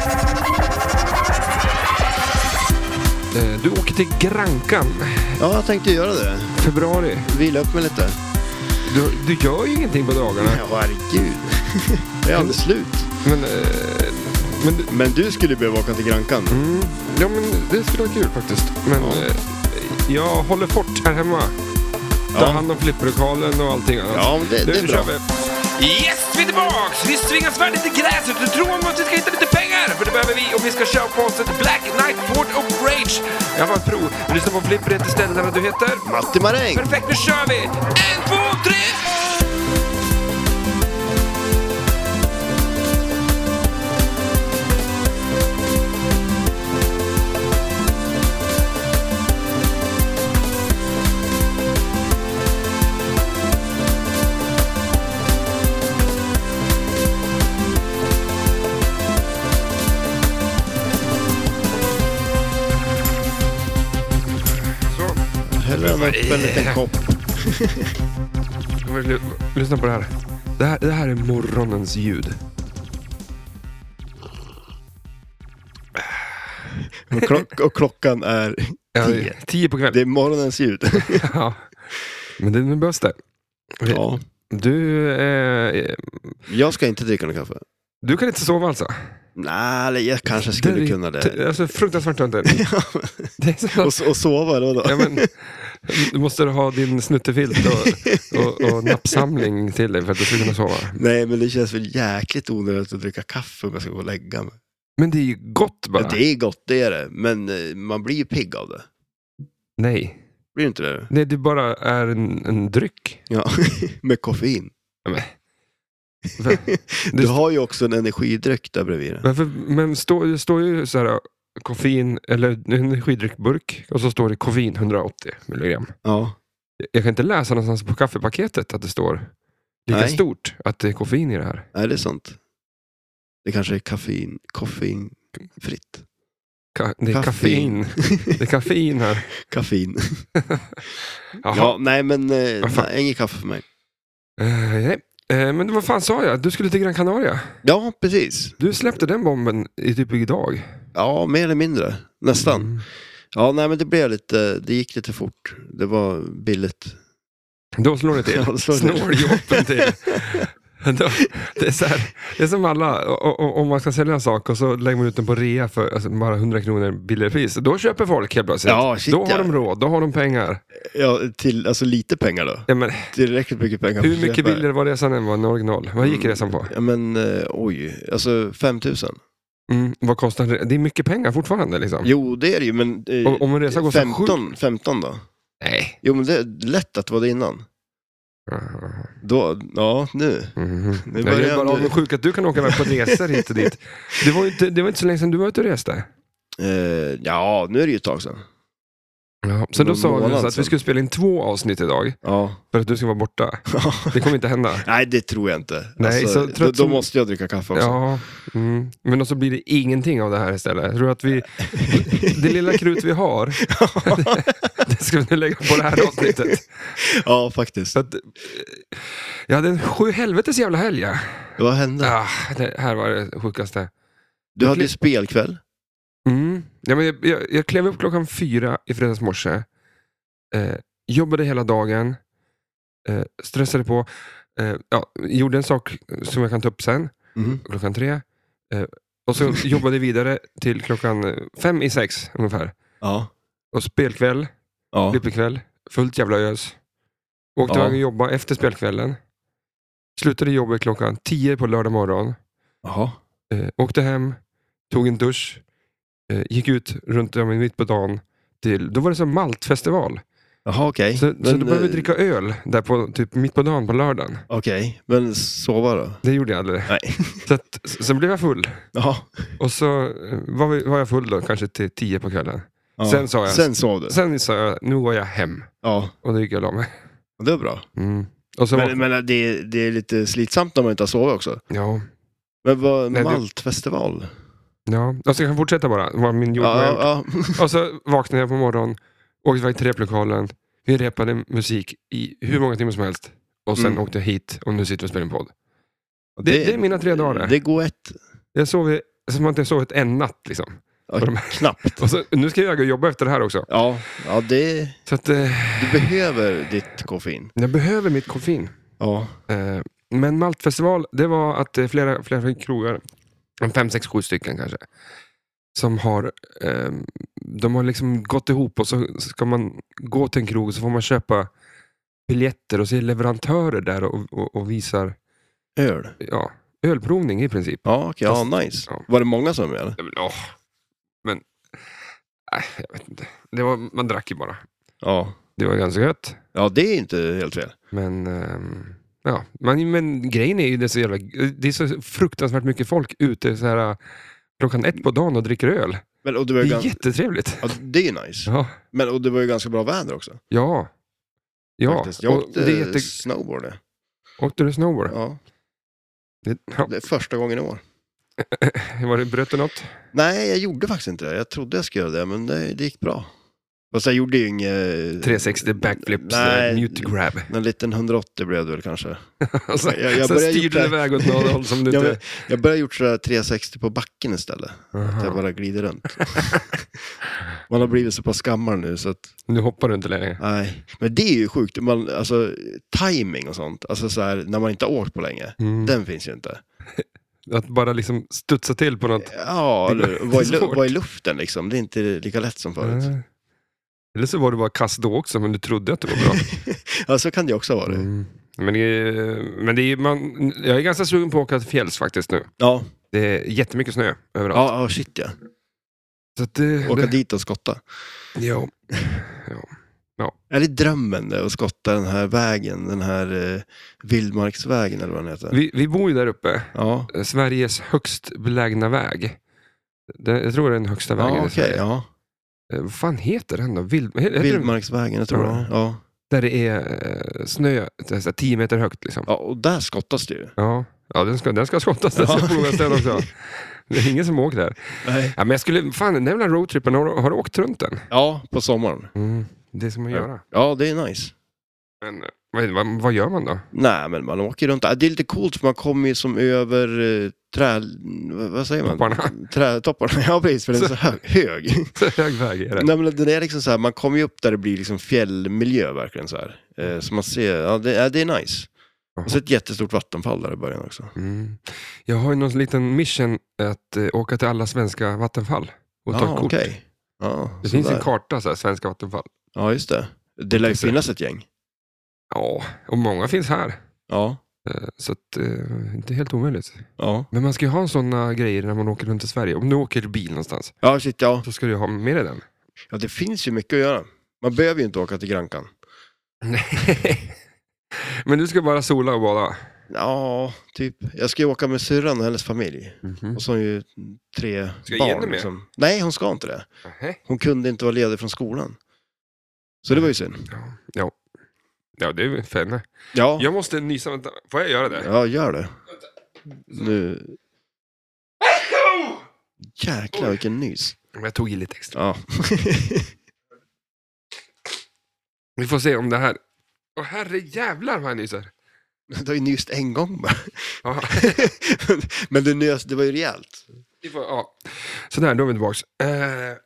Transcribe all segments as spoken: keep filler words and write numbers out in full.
Du åker till Grankan. Ja, jag tänkte göra det. Februari. Vila upp mig lite. Du, du gör ju ingenting på dagarna. Ja, herregud. Det är alldeles slut. Men, eh, men, du, men du skulle behöva åka till Grankan. Mm, ja, men det skulle vara kul faktiskt. Men ja. eh, jag håller fort här hemma. Ta ja. hand om flipplokalen och allting annat. Ja, men det, det är bra. Yes, vi är tillbaks! Vi svingar svärdet i gräset. Du tror om att vi ska hitta lite pengar. För det behöver vi om vi ska köra på oss ett Black Knight Fort of Rage. Jag var ett prov. Lyssna på Flipper heter stället där du heter Matti Maräng. Perfekt, nu kör vi! En, två, tre! En liten kopp. Lyssna på det här. Det här, det här är morgonens ljud. Och, klock, och klockan är tio. Ja, tio på kvällen. Det är morgonens ljud. Ja, men det är bästa. Ja. Du eh, jag ska inte dricka någon kaffe. Du kan inte sova alltså? Nej, jag kanske skulle det, kunna det. T- alltså fruktansvärt tönt. och, och sova eller vadå? Ja, men du måste ha din snuttefilt och, och, och nappsamling till dig för att du ska kunna sova. Nej, men det känns väl jäkligt onödigt att dricka kaffe om jag ska gå och lägga mig. Men det är ju gott bara. Ja, det är gott, det är det. Men man blir ju pigg av det. Nej. Blir inte det? Nej, det bara är en, en dryck. Ja, med koffein. Ja, men. Du har ju också en energidryck där bredvid. Varför, men det står, står ju så här koffein eller en energidryckburk och så står det koffein hundraåttio milligram. Ja. Jag kan inte läsa någonstans på kaffepaketet att det står lika Nej. stort att det är koffein i det här. Nej, det är sant. Det kanske är koffein, koffeinfritt. Ka- det är kaffein. Det är kaffein här. Kaffein. Ja, nej men eh, nej, ingen kaffe för mig. Uh, nej. Men vad fan sa jag? Du skulle till Gran Canaria. Ja, precis. Du släppte den bomben i typ idag. Ja, mer eller mindre. Nästan. Mm. Ja, nej men det blev lite, det gick lite fort. Det var billigt. Då slår det till. Ja, Snåljåpen till. Det är, så här, det är som alla, om man ska sälja en sak och så lägger man ut den på rea för alltså, bara hundra kronor billigare pris. Då köper folk helt plötsligt. Ja, shit, då har ja. de råd, då har de pengar. Ja, till, alltså lite pengar då. Ja, men, tillräckligt mycket pengar. Hur mycket billigare var resan än var en original? Vad gick resan på? Ja men, eh, oj, alltså fem tusen. Mm, vad kostar det? Det är mycket pengar fortfarande liksom. Jo, det är det ju, men eh, och, om en resa går femton, sju... femton då? Nej. Jo, men det är lätt att vara det innan. Uh-huh. Då, ja, nu. Mm-hmm. Det är bara, jag är bara nu. Sjuk att du kan åka iväg på resor hit och dit. Det var inte, det var inte så länge sedan du var ute och reste. Uh, ja, nu är det ju ett tag sedan. Ja, så då sa vi att vi skulle spela in två avsnitt idag. Ja. För att du ska vara borta. Det kommer inte hända. Nej, det tror jag inte. Nej, alltså, så då, då måste jag dricka kaffe också. Ja, mm. Men då så blir det ingenting av det här istället. Jag tror att vi, det lilla krut vi har, det, det ska vi nu lägga på det här avsnittet. Ja, faktiskt. Så att, jag hade en sju helvetes jävla helg. Ja. Vad hände? Ja, det här var det sjukaste. Du hade ju spelkväll. Mm. Ja, men jag, jag, jag klev upp klockan fyra i fredags morse. Eh, jobbade hela dagen. Eh, stressade på. Eh, ja, gjorde en sak som jag kan ta upp sen. Mm. Klockan tre. Eh, och så jobbade vidare till klockan fem i sex ungefär. Ja. Och spelkväll. Ja. Klippekväll. Fullt jävla ös. Åkte ja. jag och jobba efter spelkvällen. Slutade jobbet klockan tio på lördag morgon. Ja. Eh, åkte hem. Tog en dusch. Eh, gick ut runt ja, mitt på dagen. Till, då var det som maltfestival. Jaha, okej. Okay. Så, men, så då började vi dricka öl där på, typ mitt på dagen på lördagen. Okej, okay. Men sova då? Det gjorde jag aldrig. Nej. Så att, sen blev jag full. Jaha. Och så var, vi, var jag full då, kanske till tio på kvällen. Ja. Sen sa jag, sen sov du? Sen sa jag, nu går jag hem. Ja. Och då gick jag av mig. Det är bra. Mm. Och så men var... men det, det är lite slitsamt när man inte har sovit också. Ja. Men vad, Nej, maltfestival? Du... Ja, alltså jag kan fortsätta bara. Var min jord ja, ja. Och så vaknade jag på morgonen. Åkte iväg till replokalen. Vi repade musik i hur många timmar som helst. Och sen mm. åkte jag hit och nu sitter vi och spelar en podd. Det, det, det är mina tre dagar. Det går ett. Jag sov i som man inte sovit en natt liksom. Ja, de... knappt. Och så, nu ska jag gå och jobba efter det här också. Ja, ja det... Så att, eh... Du behöver ditt koffein. Jag behöver mitt koffein. Ja. Eh, men Maltfestival, det var att eh, flera, flera krogar, en fem, sex, sju stycken kanske, som har, eh, de har liksom gått ihop och så ska man gå till en krog och så får man köpa biljetter och se leverantörer där och, och, och visar Öl. ja, ölprovning i princip. Ja, okej. Ja, nice. Ja. Var det många som eller? Men, åh, men nej, jag vet inte. Det var, man drack ju bara. Ja. Det var ganska gött. Ja, det är inte helt fel. Men, ehm, ja. Men, men grejen är ju det, så jävla, det är så fruktansvärt mycket folk ute så här, klockan ett på dagen och dricker öl. Men, och det, var ju Det är ganska... jättetrevligt. ja, det är nice. Ja. Men och det var ju ganska bra väder också. Ja. Ja. Faktiskt. Jag Och åkte det är jätte... snowboard. Åkte du snowboard? Ja, Det, ja. det är första gången i år. Var det, bröt du något? Nej, jag gjorde faktiskt inte det. Jag trodde jag skulle göra det, men det, det gick bra. Fast jag gjorde ju inget... trehundrasextio backflips, Nej. mute grab. En liten hundraåttio blev det väl kanske. Alltså, Jag- jag så började styrde gjort du det. iväg åt något håll som du Ja, inte... men jag började gjort sådär trehundrasextio på backen istället. Att jag bara glider runt. Man har blivit så pass gammal nu så att, Nu hoppar du inte längre. nej. Men det är ju sjukt, man, alltså timing och sånt, alltså så här, när man inte har åkt på länge, Mm. den finns ju inte. Att bara liksom studsa till på något. Ja, Det är eller vara i, lu- svårt. vara i luften liksom, det är inte lika lätt som förut. Nej. Eller så var du bara kass då också, men du trodde att det var bra. Ja, så kan det också vara. Mm. Men, det är, men det är, man, jag är ganska sugen på att åka till fjälls faktiskt nu. Ja, Det är jättemycket snö överallt. ja, ja shit ja. Så att det, Åka det, dit och skotta. ja. Ja. Är det drömmen det, att skotta den här vägen, den här eh, vildmarksvägen eller vad den heter? Vi, vi bor ju där uppe. Ja, Sveriges högst belägna väg. Det, jag tror det är den högsta vägen ja i okej, Sverige. ja. Eh, Vad fan heter den då? Vild, heter den, Vildmarksvägen, jag tror Ja. det. Ja. där det är eh, snö så här, tio meter högt liksom. Ja, och där skottas det ju. Ja, ja den, ska, den ska skottas. Den ska Ja. provas den också. Det är ingen som åker där. Nej. Ja, men jag skulle, fan, den jävla roadtrippen, har, du- har du åkt runt den? Ja, på sommaren. Mm, det ska man göra. Ja, det är nice. Men eh, vad, vad, vad gör man då? Nej, men man åker runt. Det är lite coolt för man kommer ju som över eh, trä... Vad säger man? Topparna. Trätopparna. Ja, precis, för den är så hö- hög. Så hög väg är det. Nej, men det är liksom så här, man kommer ju upp där det blir liksom fjällmiljö verkligen så här. Eh, så man ser, ja det, ja, det är nice. Och så ett jättestort vattenfall där i början också. Mm. Jag har ju någon liten mission att eh, åka till alla svenska vattenfall och ta Ja, ett kort. okej. Ja, Det så finns där. en karta, så här, svenska vattenfall. Ja, just det. Det lär ju Finns det? finnas ett gäng. Ja, och många finns här. Ja, Eh, Så att, eh, inte helt omöjligt. ja. Men man ska ju ha sådana grejer när man åker runt i Sverige. Om du åker bil någonstans, Ja, shit, ja. så ska du ha med dig den. Ja, det finns ju mycket att göra. Man behöver ju inte åka till Grankan. Nej. Men du ska bara sola och bada. Ja, typ. Jag ska ju åka med syrran och hennes familj. Mhm. Och så har hon ju tre Ska barn. Jenny med? Liksom. Nej, hon ska inte det. Nähä. Hon kunde inte vara ledig från skolan. Så det var ju synd. Ja. Ja. Ja, det är väl för henne. Ja, Jag måste nysa, vänta. Får jag göra det? ja gör det. Nu... Jäklar vilken nys. Jag tog i lite extra. Ja. Vi får se om det här... Åh herre jävlar vad jag nyser. Du har ju nyst en gång bara. Ja. Men du nös, det var ju rejält. Vi får, ja. Sådär, då är vi tillbaks. Eh...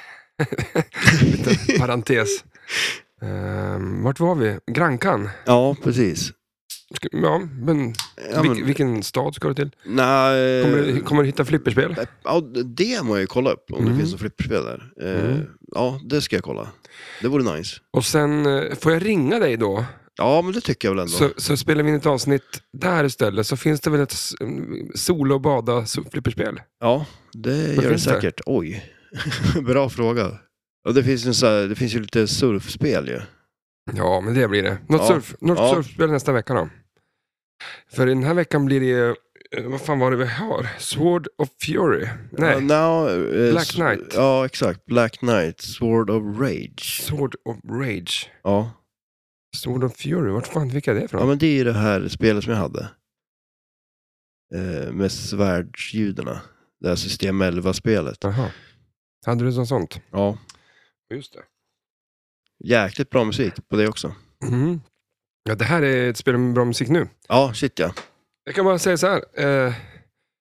Lite parentes. Eh, vart var vi? Grankan? Ja, precis. Ska- Ja, men, Ja, vilk, men vilken stad ska du till? nej, Kommer, du- kommer du hitta flipperspel? ja, det må jag ju kolla upp om Mm. det finns något flipperspel där. Eh, Mm. Ja, det ska jag kolla. Det vore nice. Och sen, eh, får jag ringa dig då? Ja, men det tycker jag väl ändå. Så, så spelar vi in ett avsnitt där istället. Så finns det väl ett s- solo och bada so- flipperspel? Ja, det gör det finns det? säkert. Oj, bra fråga. Och det finns, en så här, det finns ju lite surfspel ju. Ja, men det blir det. Något, Ja. surf, något Ja. surfspel nästa vecka då. För den här veckan blir det, eh, vad fan var det vi har? Sword of Fury? Nej, Ja, now, eh, Black s- Knight. Ja, exakt. Black Knight, Sword of Rage. Sword of Rage. Ja. Sword of Fury, vart fan fick jag det ifrån? Ja, men det är ju det här spelet som jag hade. Eh, med svärdsljuden. Det här system elva-spelet. Jaha. Hade du något sånt? Ja. Just det. Jäkligt bra musik på det också. Mm. Ja, det här är ett spel med bra musik nu. Ja, shit ja. Jag kan bara säga så här. Eh,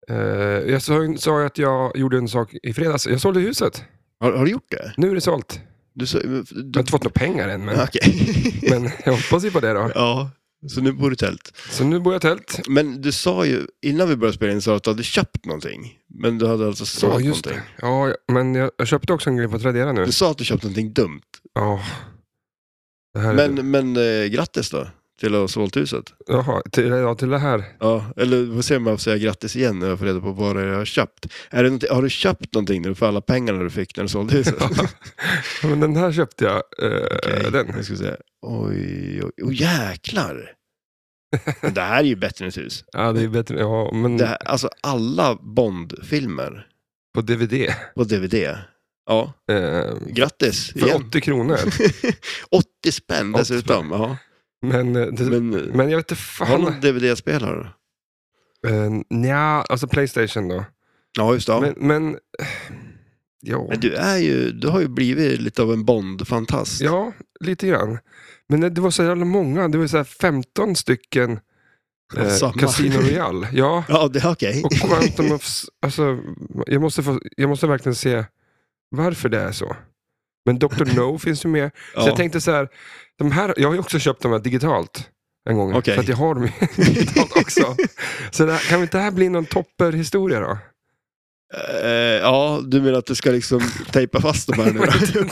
Uh, jag sa, sa att jag gjorde en sak i fredags. Jag sålde huset. Har, har du gjort det? Nu är det sålt. Du, så, du... Jag har inte fått några pengar än, men, Okay. men jag hoppas ju på det då. Ja, så nu bor du i tält. Så nu bor jag i tält. Men du sa ju, innan vi började spela in, så att du hade köpt någonting. Men du hade alltså sålt Ja, just någonting. det. Ja, men jag, jag köpte också en grej på Tradera nu. Du sa att du köpte någonting dumt. Ja. Det här är... Men, men eh, grattis då, till att ha sålt huset. Jaha, till, ja, till det här. Ja, eller vi får se om jag får säga grattis igen när jag får reda på vad det är jag har köpt. Är det någonting- har du köpt någonting när du får alla pengarna du fick när du sålde huset? Ja, men den här köpte jag. Eh, Okej, den. jag ska säga. Oj, oj, oj, jäklar! Men det här är ju bättre än ett hus. Ja, det är bättre. Ja, men Det här, alltså alla Bond-filmer på D V D. på D V D. Ja, Eh, grattis för igen. åttio kronor. åttio spänn dessutom. Ja. Men, eh, det, men, Men jag vet inte har fan. någon D V D-spelare? Eh, nja, alltså PlayStation då. Ja, just det. Ja. Men, men eh, ja. Men du är ju, du har ju blivit lite av en Bond-fantast. Ja, lite grann. Men det var så jävla många. Det var så här femton stycken eh, Samma. Casino Royale. Ja, Ja, det är okej. och Quantum of... Alltså, jag måste, få, jag måste verkligen se varför det är så. Men doktor No finns ju med. Så Ja. jag tänkte så här, de här, jag har ju också köpt dem här digitalt en gång. Okej. För att jag har dem digitalt också. Så det här, kan inte det här bli någon topperhistoria då? Eh, ja, du menar att du ska liksom tejpa fast dem här nu?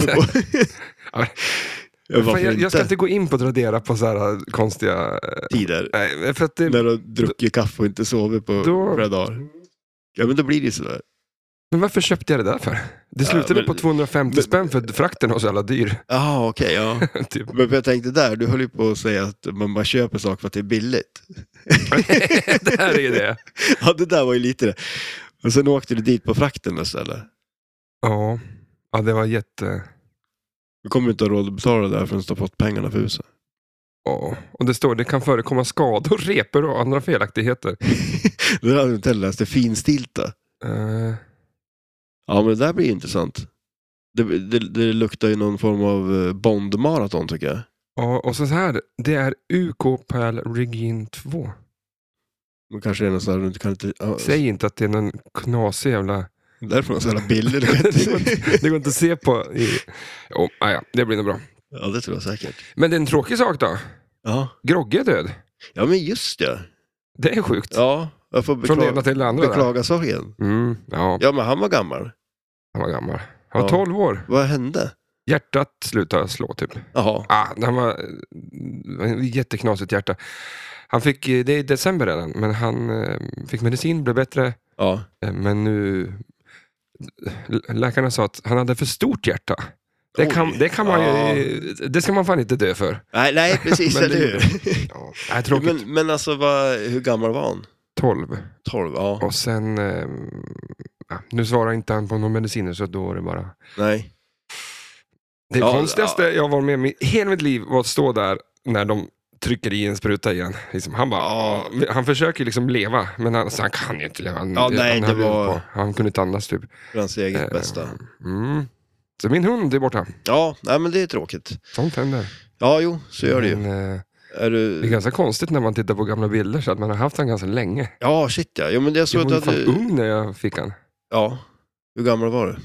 Ja, Ja, varför Fan, jag, jag ska inte? inte gå in på Tradera på så här konstiga... eh, Tider. Nej, för att det, När du har druckit kaffe och inte sovit på Då- flera dagar. Ja, men då blir det ju sådär. men varför köpte jag det där för? Det slutade men- på tvåhundrafemtio men- spänn för frakten var så jävla dyr. Jaha, okej, ja. typ. Men jag tänkte där, du höll ju på att säga att man bara köper saker för att det är billigt. Det här är ju det. Ja, det där var ju lite det. Och sen åkte du dit på frakten istället. Ja, ja det var jätte... Du kommer inte ha råd att betala där förrän du har fått pengarna för huset. Ja, och det står det kan förekomma skador, repor och andra felaktigheter. Det där hade du inte läst, det är finstilta. Uh, Ja, men det där blir intressant. Det, det, det luktar ju någon form av eh, Bond-maraton tycker jag. ja, och så här, det är U K Pal Regin två. Men kanske är det någon sån här, du inte kan inte... Ja, Säg inte att det är någon knasig jävla... därför är det så jävla billig. det, går inte, det går inte att se på i... Oh, ah, ja, det blir nog bra. Ja, det tror jag säkert. Men det är en tråkig sak då. Ja, Grogge är död. ja men just det. Det är sjukt. Ja, jag får Från det ena beklaga, till det andra. där. beklaga saken. Mm, ja, Ja, men han var gammal. han var gammal. Han var Ja. tolv år. Vad hände? Hjärtat slutade slå typ. Jaha. Ah, han var eh, jätteknasigt hjärta. Han fick, eh, det är i december redan, men han eh, fick medicin, blev bättre. Ja. Eh, Men nu, l- läkarna sa att han hade för stort hjärta. Det kan, Oj. det kan man Ja. ju, det ska man fan inte dö för. Nej, nej, precis, Men eller det- hur? Ja, det är tråkigt. Men, men alltså, vad, hur gammal var han? tolv. tolv, ja. Och sen, eh, ja, nu svarar inte han på någon mediciner så då är det bara... Nej. Det Ja, konstigaste jag var med om i hela mitt liv var att stå där när de trycker i en spruta igen. Liksom, han bara, Ja. han försöker liksom leva, men han, alltså, han kan ju inte leva. Han, Ja, nej, han, det höll ju var- på. Han kunde inte andas typ. För hans eget Eh, bästa. Mm. Så min hund är borta. Ja, nej, men det är tråkigt. Sånt händer. Ja, jo, så gör det ju. Men, eh, Är det är du... ganska konstigt när man tittar på gamla bilder så att man har haft han ganska länge. Ja, shit ja. Jo, men det är så Jag att var du ju fan hade... ung när jag fick han. Ja. Hur gammal var du?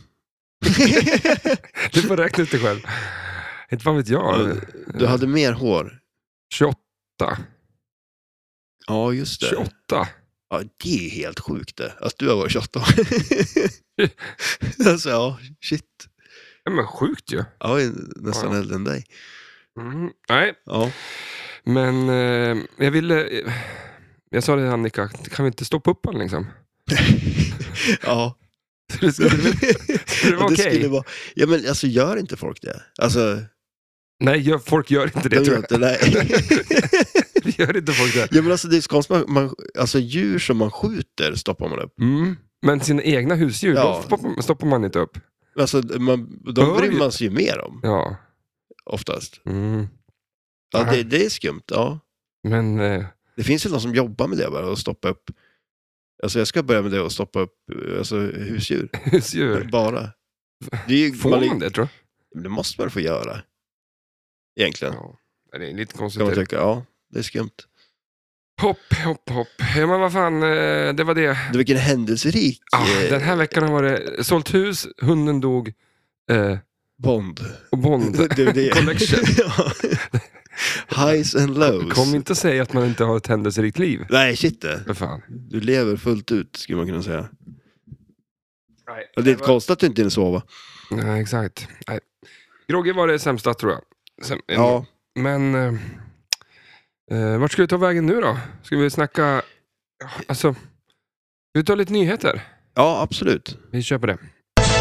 Du får räkna ut det själv. Inte fan vet jag. Du hade mer hår. tjugoåtta. Ja, just det. tjugoåtta. Ja, det är helt sjukt det. Att du har varit tjugoåtta. Alltså, ja, shit. Ja, men sjukt ju. Ja, jag är nästan Ja. äldre än dig. Mm. Nej, Ja. men eh, jag ville... Eh, jag sa det till Annika, kan vi inte stoppa upp honom liksom? Ja. Så det skulle, skulle det vara det okej? skulle vara... Ja, men alltså gör inte folk det? Alltså, Nej, gör, folk gör inte det de tror gör jag. inte, nej. Gör inte folk det? Ja, men alltså det är så konstigt, man, man, alltså djur som man skjuter stoppar man upp. Mm. Men sina egna husdjur, Ja. då stoppar, stoppar man inte upp. Alltså, man, de Hör bryr ju. man sig ju mer om, Ja. oftast. Mm. Ja, Aha. det, det är skumt, ja. Men... Eh, Det finns ju någon som jobbar med det bara, och stoppa upp. Alltså jag ska börja med det och stoppa upp alltså, husdjur. husdjur. Bara. Det, är ju, Får man det tror jag? Det måste man få göra. Egentligen. Ja. Det är lite Kan konstigt. man tycka, ja, det är skumt. Hopp, hopp, hopp. Ja, men vad fan, eh, det var det. Det var vilken händelserik Ja, eh, den här veckan har varit sålt hus, hunden dog eh, Bond. och Bond Det är det. collection. Ja. Highs and lows. Kom inte att säga att man inte har ett händelserikt liv. Nej, shit det. För fan. Du lever fullt ut, skulle man kunna säga. Nej, Och det är inte konstigt att du inte hinner sova. Nej, exakt. Nej. Grogge var det sämsta, tror jag. Säm... Ja. Men eh, eh, vart ska vi ta vägen nu då? Ska vi snacka... Alltså, ska vi ta lite nyheter? Ja, absolut. Vi köper det.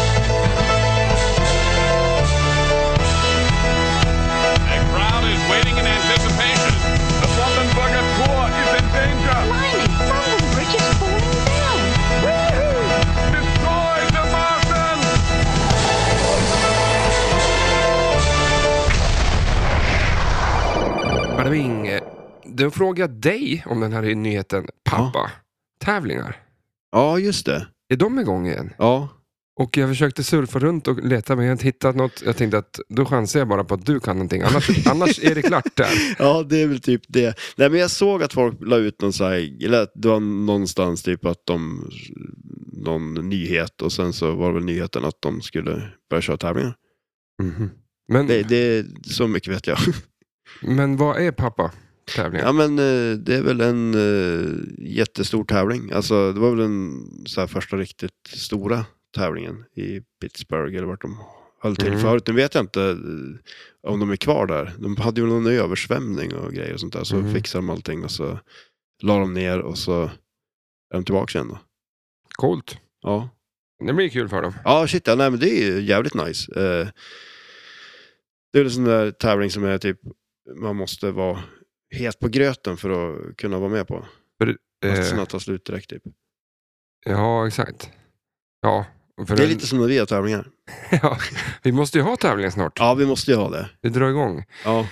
Badabing. Då frågar jag dig om den här nyheten. Pappa, tävlingar. Ja, just det. Är de igång igen? Ja. Och jag försökte surfa runt och leta, men jag har inte hittat något. Jag tänkte att då chansar jag bara på att du kan någonting. Annars, annars är det klart där. Ja, det är väl typ det. Nej, men jag såg att folk la ut någon så här, eller att det var någonstans typ att de, någon nyhet, och sen så var det väl nyheten att de skulle börja köra tävlingar. Mm-hmm. Men, Det, det, så mycket vet jag. men vad är pappa tävlingar? Ja, men eh, det är väl en eh, jättestor tävling. Alltså, det var väl en så här första riktigt stora tävlingen i Pittsburgh, eller vart de höll till Mm. förut. Nu vet jag inte eh, om de är kvar där. De hade ju någon översvämning och grejer och sånt där. Så Mm. fixade de allting och så la de ner och så är de tillbaka igen då. Coolt. Ja, Det blir kul för dem. ja shit, ja, nej, men det är ju jävligt nice. Eh, det är väl en sån där tävling som är typ, man måste vara het på gröten för att kunna vara med på. Platserna Eh, tar slut direkt typ. ja, exakt. Ja, för Det är den- lite som när vi har tävlingar. ja, vi måste ju ha tävlingen snart. Ja, vi måste ju ha det. Vi drar igång. Ja,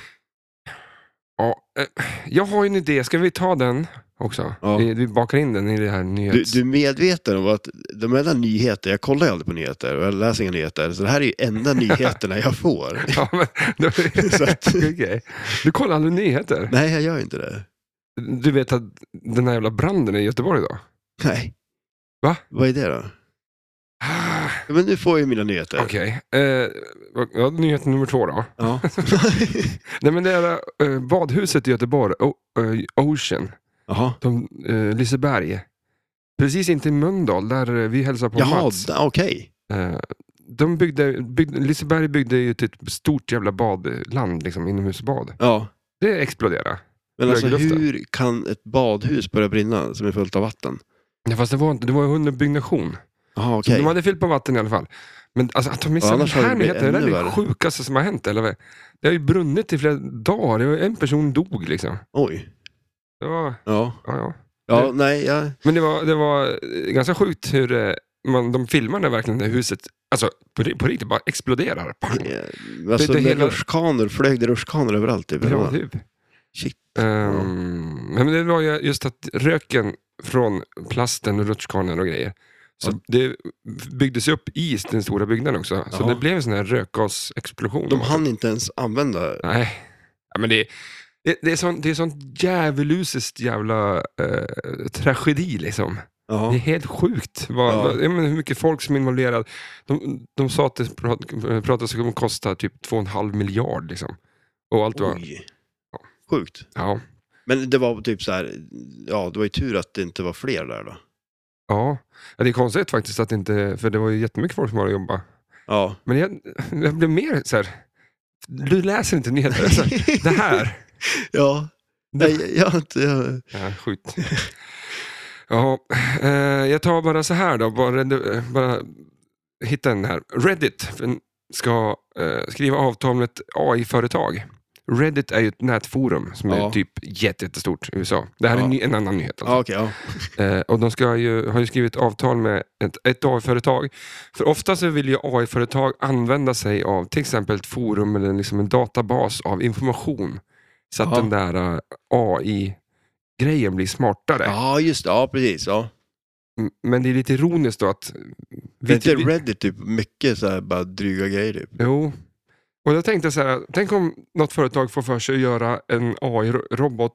Ja, eh, jag har ju en idé. Ska vi ta den också? Ja. Vi, vi bakar in den i det här du, nyhets... du är medveten om att de enda nyheter, jag kollar ju aldrig på nyheter och jag läser inga nyheter, så det här är ju enda nyheterna jag får. Ja, men, då, Så att- okay. Du kollar aldrig nyheter? Nej, jag gör inte det. Du vet att den här jävla branden i Göteborg då? Nej. Va? Vad är det då? Ah, Ja, men nu får jag ju mina nyheter. Okej. Eh, ja, nyhet nummer två då. Ja. Nej, men det är eh, badhuset i Göteborg, o- eh, Ocean. Jaha. De, eh, Liseberg. Precis inte i Mölndal, där eh, vi hälsar på Jaha, Mats. d- okej. Eh, de byggde, byggde, Liseberg byggde ju till ett stort jävla badland, liksom, inomhusbad. Ja. Det exploderade. Men alltså, Högluften. hur kan ett badhus börja brinna som är fullt av vatten? Ja, fast det var inte, det var ju under byggnation. Jaha, Så okej. de hade fyllt på vatten i alla fall. Men alltså, att de Ja, missade den annars hade här det blivit nyheten, det är ännu det värre. sjukaste som har hänt. Eller vad? Det har ju brunnit i flera dagar. Det var en person dog liksom. Oj. Det var, Ja. ja, ja. Ja, nej, ja. Men det var, det var eh, ganska sjukt hur eh, man, de filmade verkligen det huset. Alltså på, ri- på riktigt bara exploderar. Pang! Eh, Alltså, Det- det med hela- rutschkanor, flög det rutschkanor överallt. Typ, eller Ja, vad? typ. Shit. Ehm, Men det var ju just att röken från plasten och rutschkanor och grejer. Så Ja. det byggdes ju upp i den stora byggnaden också. Så Ja. det blev en sån här rökgasexplosion. De hann inte ens använda... Nej, ja, men det, det, det är sånt, det är sånt djävulusiskt jävla eh, tragedi liksom. Ja. Det är helt sjukt vad, Ja. vad, jag menar, hur mycket folk som är involverad. De, de sa att det prat, pratades om att kosta typ två och en halv miljard liksom. Och allt var, Oj. Sjukt. ja. Men det var typ så här, ja, det var ju tur att det inte var fler där då. Ja, ja, det är konstigt faktiskt att inte, för det var ju jättemycket folk som var och jobbade. Ja. Men jag, jag blev mer så här, du läser inte nyheter. Alltså, det här. Ja. Nej, jag har inte... Jag... Ja, skjut. Ja, eh, jag tar bara så här då, bara, eh, bara hitta den här. Reddit ska eh, skriva avtal med ett A I-företag. Reddit är ju ett nätforum som Ja. är typ jätte- jättestort i U S A. Det här är Ja. en, ny, en annan nyhet. Alltså. Ja, okej, ja. Eh, och de ska ju, har ju skrivit avtal med ett, ett A I-företag. För ofta så vill ju A I-företag använda sig av till exempel ett forum eller liksom en databas av information. Så att Ja. den där eh, A I-grejen blir smartare. Ja, just det. Ja, precis. Ja. M- Men det är lite ironiskt då att... Det är inte vi- Reddit typ mycket så här bara dryga grejer typ. Jo. Och jag tänkte så här, tänk om något företag får för sig att göra en A I-robot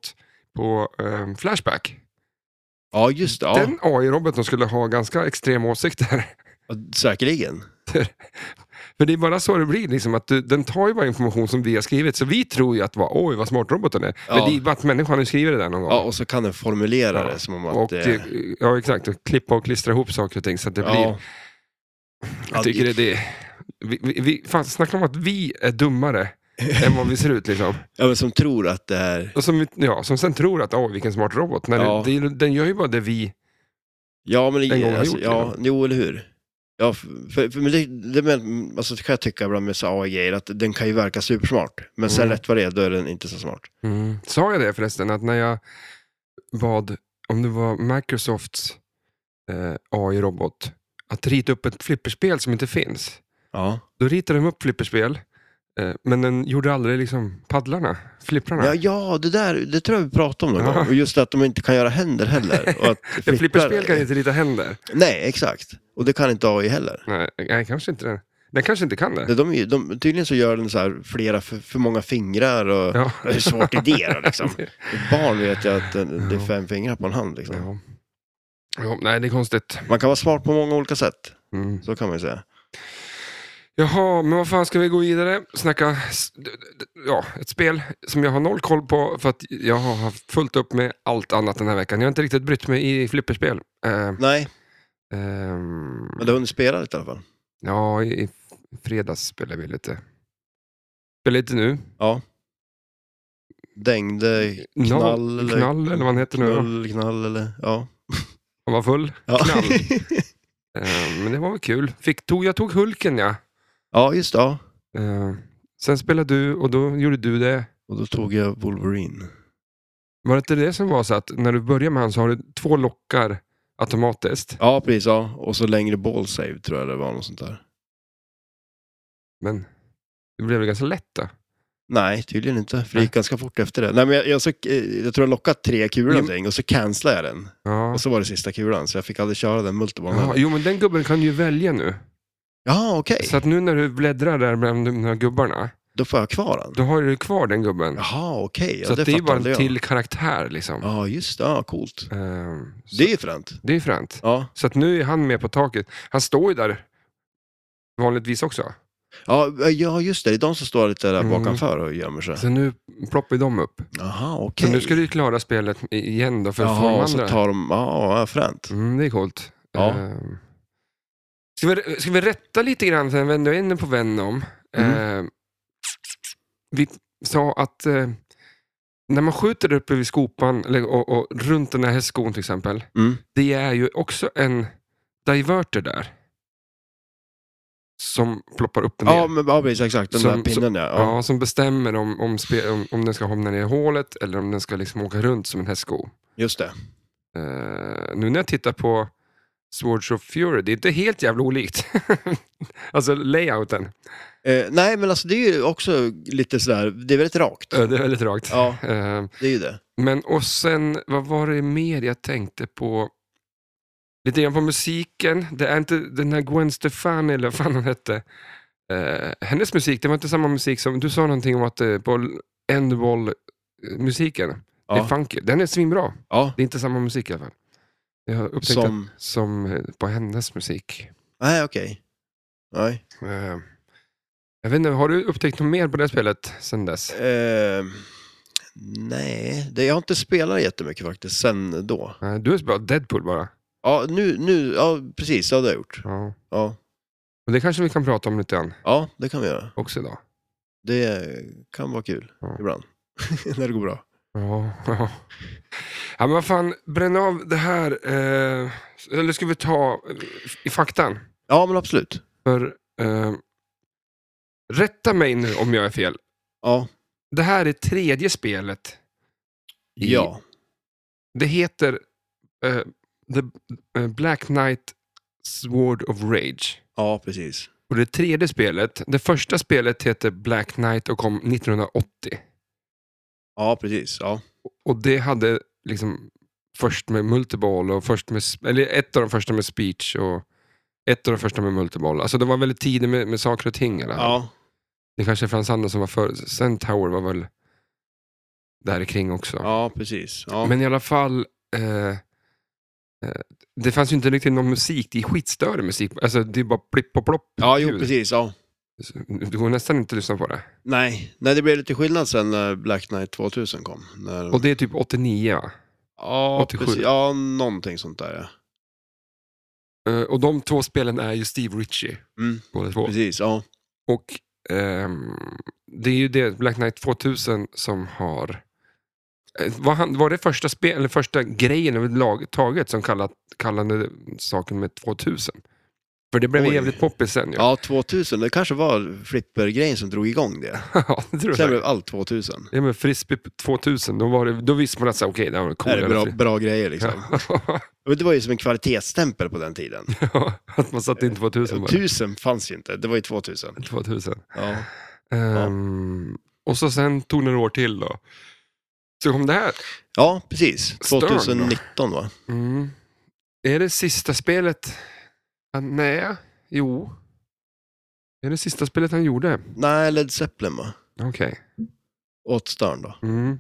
på um, Flashback. Ja, just det. Ja. Den A I-roboten skulle ha ganska extrema åsikter. Ja, säkerligen. För det är bara så det blir, liksom, att du, den tar ju bara information som vi har skrivit, så vi tror ju att vad, oj vad smart roboten är. Ja. Men det är bara att människan har skrivit det där någon gång. Ja, och så kan den formulera Ja. det som om att och, det... Ja, exakt. Och klippa och klistra ihop saker och ting så att det Ja. blir... Jag Ja, tycker det- det är det. Vi, vi, vi, fan, snacka om att vi är dummare än vad vi ser ut liksom. Ja, men som tror att det är... Och som, ja, som sen tror att, åh vilken smart robot. När Ja. det, det, den gör ju bara det vi... Ja, men En gång det, har alltså, gjort, ja, liksom. jo, eller hur? Ja, för, för men det, det men, alltså, det kan jag tycka ibland med så A I-grejer, att den kan ju verka supersmart. Men sen Mm. rätt vad det är, då är den inte så smart. Mm. Sa jag det förresten, att när jag bad, om det var Microsofts eh, A I-robot, att rita upp ett flipperspel som inte finns. Ja. Då ritade de upp flipperspel, eh, men den gjorde aldrig liksom paddlarna, flipprarna. Ja, ja, det där, det tror jag vi pratade om någon Ja. gång. Och just att de inte kan göra händer heller. Och att Ett flippar- flipperspel kan inte rita händer. Nej, exakt. Och det kan inte A I heller. Nej, nej kanske inte den. Den kanske inte kan det. De, de, de, tydligen så gör den så här flera för, för många fingrar och Ja. det är svårt är det då, liksom. Ett barn vet jag att det, det är Ja. fem fingrar på en hand liksom. Ja. Ja, nej, det är konstigt. Man kan vara smart på många olika sätt, Mm. så kan man ju säga. Jaha, men vad fan ska vi gå vidare? Snacka, s- d- d- ja, ett spel som jag har noll koll på för att jag har haft fullt upp med allt annat den här veckan. Jag har inte riktigt brytt mig i flipperspel. Eh, Nej, ehm, men du har hunnit spela lite i alla fall. ja, i, i fredags spelade vi lite. Spelade lite nu. Ja. Dängde, Noll- knall eller... knall eller vad han heter nu då. Knull, knall eller... Ja. Han var full. Ja. Knall. Eh, men det var väl kul. Fick, tog, jag tog Hulken, ja. Ja, just det. Ja. Eh, sen spelade du och då gjorde du det. Och då tog jag Wolverine. Var det inte det som var så att när du börjar med han så har du två lockar automatiskt? Ja, precis. Ja. Och så längre ball save tror jag det var, något sånt där. Men det blev väl ganska lätt då? Nej, tydligen inte. För det Nej. gick ganska fort efter det. Nej, men jag, jag, så, eh, jag tror jag lockat tre kulor Jo. någonting och så cancelade jag den. Ja. Och så var det sista kulan, så jag fick aldrig köra den multibollen. Ja, heller. jo, men den gubben kan du ju välja nu. Ja, okej. Så att nu när du bläddrar där bland de här gubbarna, Då får jag kvar den. då har du kvar den gubben. Jaha, okej. Ja, så att det är ju fattar bara aldrig en jag. till karaktär liksom. Ja, just det. Ja, coolt. Ehm, så Det är ju fränt. det är ju fränt. Ja. Så att nu är han med på taket. Han står ju där vanligtvis också. Ja, ja, just det. Det är de som står lite där Mm. bakanför och gömmer sig. Så nu ploppar ju de upp. Jaha, okej. Så nu ska du ju klara spelet igen då för, för de Jaha, och så andra. tar de... Ja, ja, fränt. Mm, det är coolt. Ja. Ehm, ska, vi, ska vi rätta lite grann sen vänder jag in på Venom. Mm. Ehm, vi sa att eh, när man skjuter uppe vid skopan eller, och, och runt den här hästskon till exempel, Mm. det är ju också en diverter där. Som ploppar upp och ner. Ja, men, ja, precis, exakt. Den Som- där pinnen, ja. Ja, ja. som bestämmer om, om, spe, om, om den ska hamna ner i hålet eller om den ska liksom åka runt som en hästsko. Just det. Eh, nu när jag tittar på Swords of Fury, det är inte helt jävla olikt. Alltså layouten. Eh, nej, men alltså det är ju också lite sådär, det är väldigt rakt. Eh, det är väldigt rakt. Ja, Eh, det är ju det. men och sen, vad var det mer jag tänkte på? Lite grann på musiken. Det är inte den här Gwen Stefani eller vad fan hon hette. Eh, hennes musik, det var inte samma musik som, du sa någonting om att eh, på Endwall-musiken, det är Ja, funky. Den är svinbra. ja. Det är inte samma musik i alla fall. Jag har upptäckt som, Som... att, som eh, på hennes musik. Nej, okej. Nej. Eh, jag vet inte, har du upptäckt något mer på det spelet sen dess? Eh, nej, det, jag har inte spelat jättemycket faktiskt sen då. Eh, du har spelat Deadpool bara. Ja, nu, nu, ja precis, ja, det har jag gjort. Ja. Ja, Och det kanske vi kan prata om lite grann ja, det kan vi göra. också idag. Det kan vara kul Ja. ibland, när det går bra. Ja, ja. Ja, men vad fan, bränn av det här. Eh, eller ska vi ta eh, i faktan? Ja, men absolut. För, eh, rätta mig nu om jag är fel. Ja, Det här är tredje spelet. I- ja, Det heter eh, The eh, Black Knight Sword of Rage. ja, precis. Och det tredje spelet, det första spelet heter Black Knight och kom nittonhundraåttio. Ja, precis. Ja, Och det hade liksom först med multiball och först med, eller ett av de första med speech och ett av de första med multiball. Alltså det var väldigt tidigt med, med saker och ting. Eller? ja. Det kanske fanns andra som var för. Centaur var väl där kring också. Ja, precis. Ja. Men i alla fall, eh, eh, det fanns ju inte riktigt någon musik, det är skitstörre musik. Alltså det är bara plipp och plopp. Ja, jo, ljud. precis. Ja. Du går nästan inte lyssna på det. Nej, nej, det blev lite skillnad sen när Black Knight tvåtusen kom. När... Och det är typ åttionio, va? Ja, åttiosju. precis. Ja, någonting sånt där, ja. Eh, och de två spelen är ju Steve Ritchie. Mm, Båda två. precis, ja. Och ehm, det är ju det Black Knight tvåtusen som har... eh, Var, han, var det första, spel, eller första grejen överhuvudtaget som kallat, kallade saken med tvåtusen? För det blev Oj. jävligt poppis sen. Ja, Ja, tvåtusen, det kanske var flipper-grejen som drog igång det. ja det tror jag. Sen blev allt tvåtusen. Ja, men Frisbee tvåtusen, då, var det, då visste man att okej, okay, det var cool. Det är bra, bra grejer liksom. Ja. Men det var ju som en kvalitetsstämpel på den tiden. Ja, att man satte in tvåtusen bara. Tusen fanns ju inte, det var ju tvåtusen. tvåtusen. Ja. Ehm, och så sen tog det några år till då. Så kom det här. Ja, precis. Stern då? tjugonitton va? Mm. Är det sista spelet? Ah, nej, jo. Är det sista spelet han gjorde? Nej, Led Zeppelin va? Okej. Åt Stern då. Mm.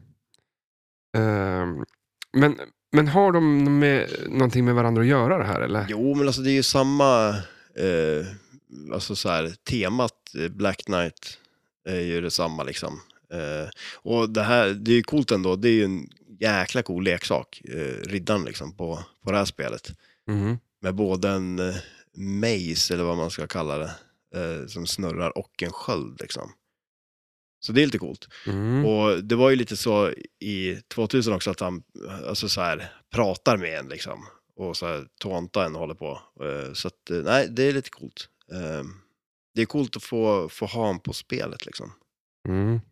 Ehm, men, men har de med, någonting med varandra att göra det här eller? Jo, men alltså det är ju samma, eh, alltså så här, temat eh, Black Knight är ju detsamma liksom. Eh, och det här, det är ju coolt ändå, det är ju en jäkla cool leksak, eh, riddaren liksom på, på det här spelet. Mm. Med både en eh, mace, eller vad man ska kalla det, eh, som snurrar och en sköld liksom. Så det är lite coolt. Mm. Och det var ju lite så i tvåtusen också att han alltså så här, pratar med en liksom. Och så här tåntar en och håller på. Eh, Så att, eh, nej, det är lite coolt. Eh, Det är coolt att få, få ha honom på spelet liksom. Mm.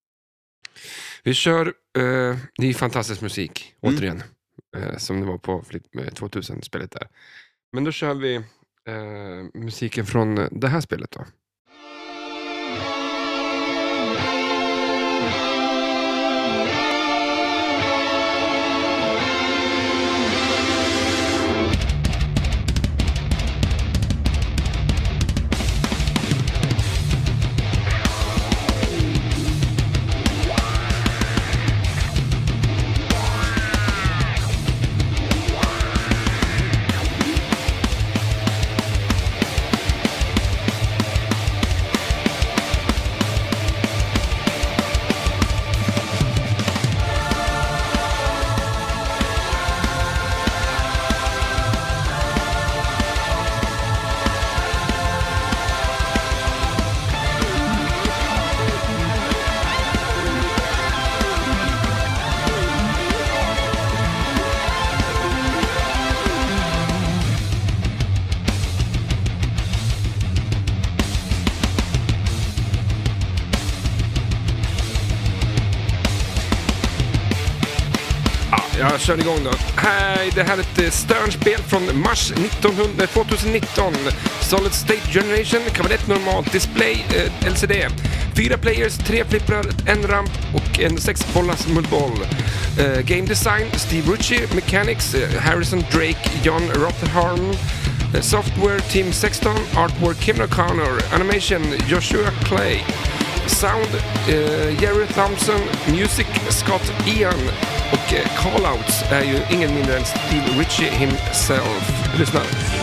Vi kör, eh, det är fantastisk musik, Mm. återigen. Eh, som det var på Flip- eh, tvåtusen-spelet där. Men då kör vi eh, musiken från eh, det här spelet då. Jag kör igång då. Hej, det här är ett Stern-spel från mars nittonhundra, tjugonitton. Solid State Generation, kabinett normalt, display, eh, L C D. Fyra players, tre flipprar, en ramp och en sexbollars mullboll. Eh, game design, Steve Ritchie. Mechanics, eh, Harrison Drake, John Rotherham. Eh, software, Team sexton. Artwork, Kevin O'Connor. Animation, Joshua Clay. Sound, eh, Jerry Thompson. Music, Scott Ian. Och eh, callouts är ju ingen mindre än Steve Ritchie himself. Lyssna.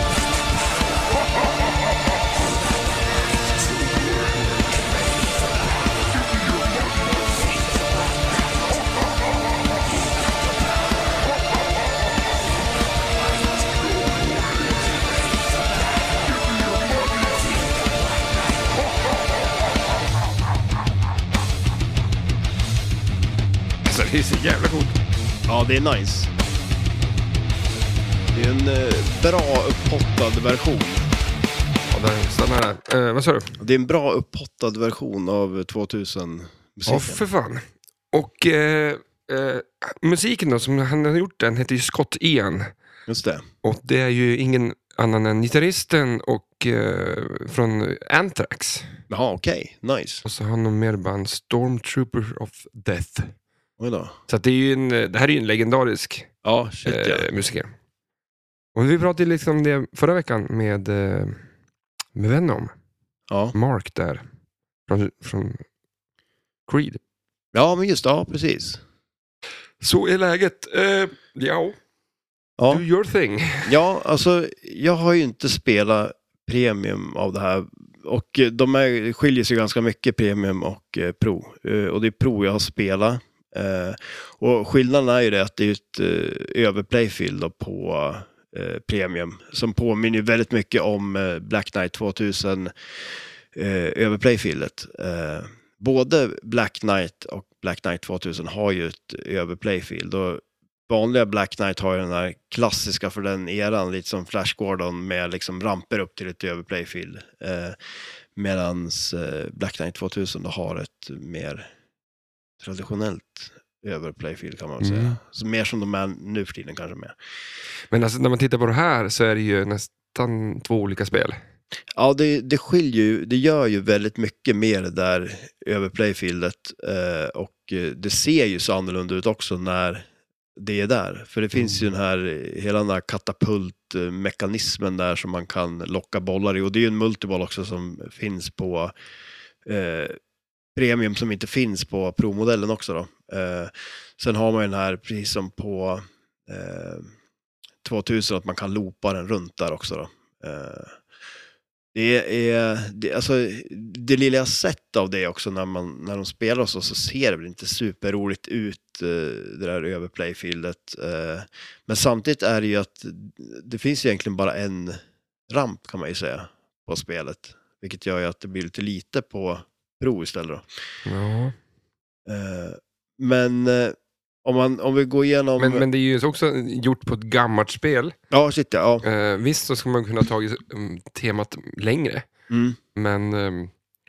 Alltså det är så jävla coolt. Ja, det är nice. Det är en eh, bra upphottad version. Ja, där stannar där. Eh, vad sa du? Det är en bra upphottad version av tvåtusen-musiken. Ja, för fan. Och eh, eh, musiken då, som han har gjort, den heter ju Scott Ian. Just det. Och det är ju ingen annan än gitarristen och eh, från Anthrax. Jaha, okej. Okay. Nice. Och så har han nog mer band Stormtrooper of Death. Oj då. Så att det, är ju en, det här är ju en legendarisk Ja, shit ja. eh, musiker. Och vi pratade liksom det förra veckan med, eh, med Venom. Ja. Mark där. Från, från Creed. Ja, men just det. Ja, precis. Så är läget. Uh, ja, Ja. do your thing. Ja, alltså jag har ju inte spelat premium av det här. Och eh, de är, skiljer sig ganska mycket, premium och eh, pro. Eh, och det är pro jag har spelat. Eh, och skillnaden är ju det att det är ett eh, överplayfield då på eh, premium. Som påminner väldigt mycket om eh, Black Knight tvåtusen eh, överplayfieldet. Eh, både Black Knight och Black Knight tvåtusen har ju ett överplayfield. Och vanliga Black Knight har ju den här klassiska för den eran, lite som Flash Gordon med liksom ramper upp till ett överplayfield. Eh, medans eh, Black Knight tvåtusen då har ett mer traditionellt överplayfield kan man väl säga. Mm. Så mer som de är nu för tiden kanske mer. Men alltså, när man tittar på det här så är det ju nästan två olika spel. Ja, det, det skiljer ju, det gör ju väldigt mycket mer det där överplayfieldet eh, och eh, det ser ju så annorlunda ut också när det är där. För det finns Mm. ju den här, hela den här katapultmekanismen där som man kan locka bollar i. Och det är ju en multiboll också som finns på eh, premium som inte finns på Pro-modellen också då. Eh, sen har man ju den här, precis som på eh, tvåtusen, att man kan loopa den runt där också då. Eh, det är, det, alltså, det lilla jag sett av det också när, man, när de spelar så, så ser det väl inte superroligt ut eh, det där överplayfieldet. Eh, men samtidigt är det ju att det finns egentligen bara en ramp kan man ju säga på spelet. Vilket gör ju att det blir lite lite på Pro istället då. Ja. Eh, men eh, om, man, om vi går igenom... Men, men det är ju också gjort på ett gammalt spel. Ja, shit, ja. ja. Eh, visst så ska man kunna ta um, temat längre. Mm. Men um,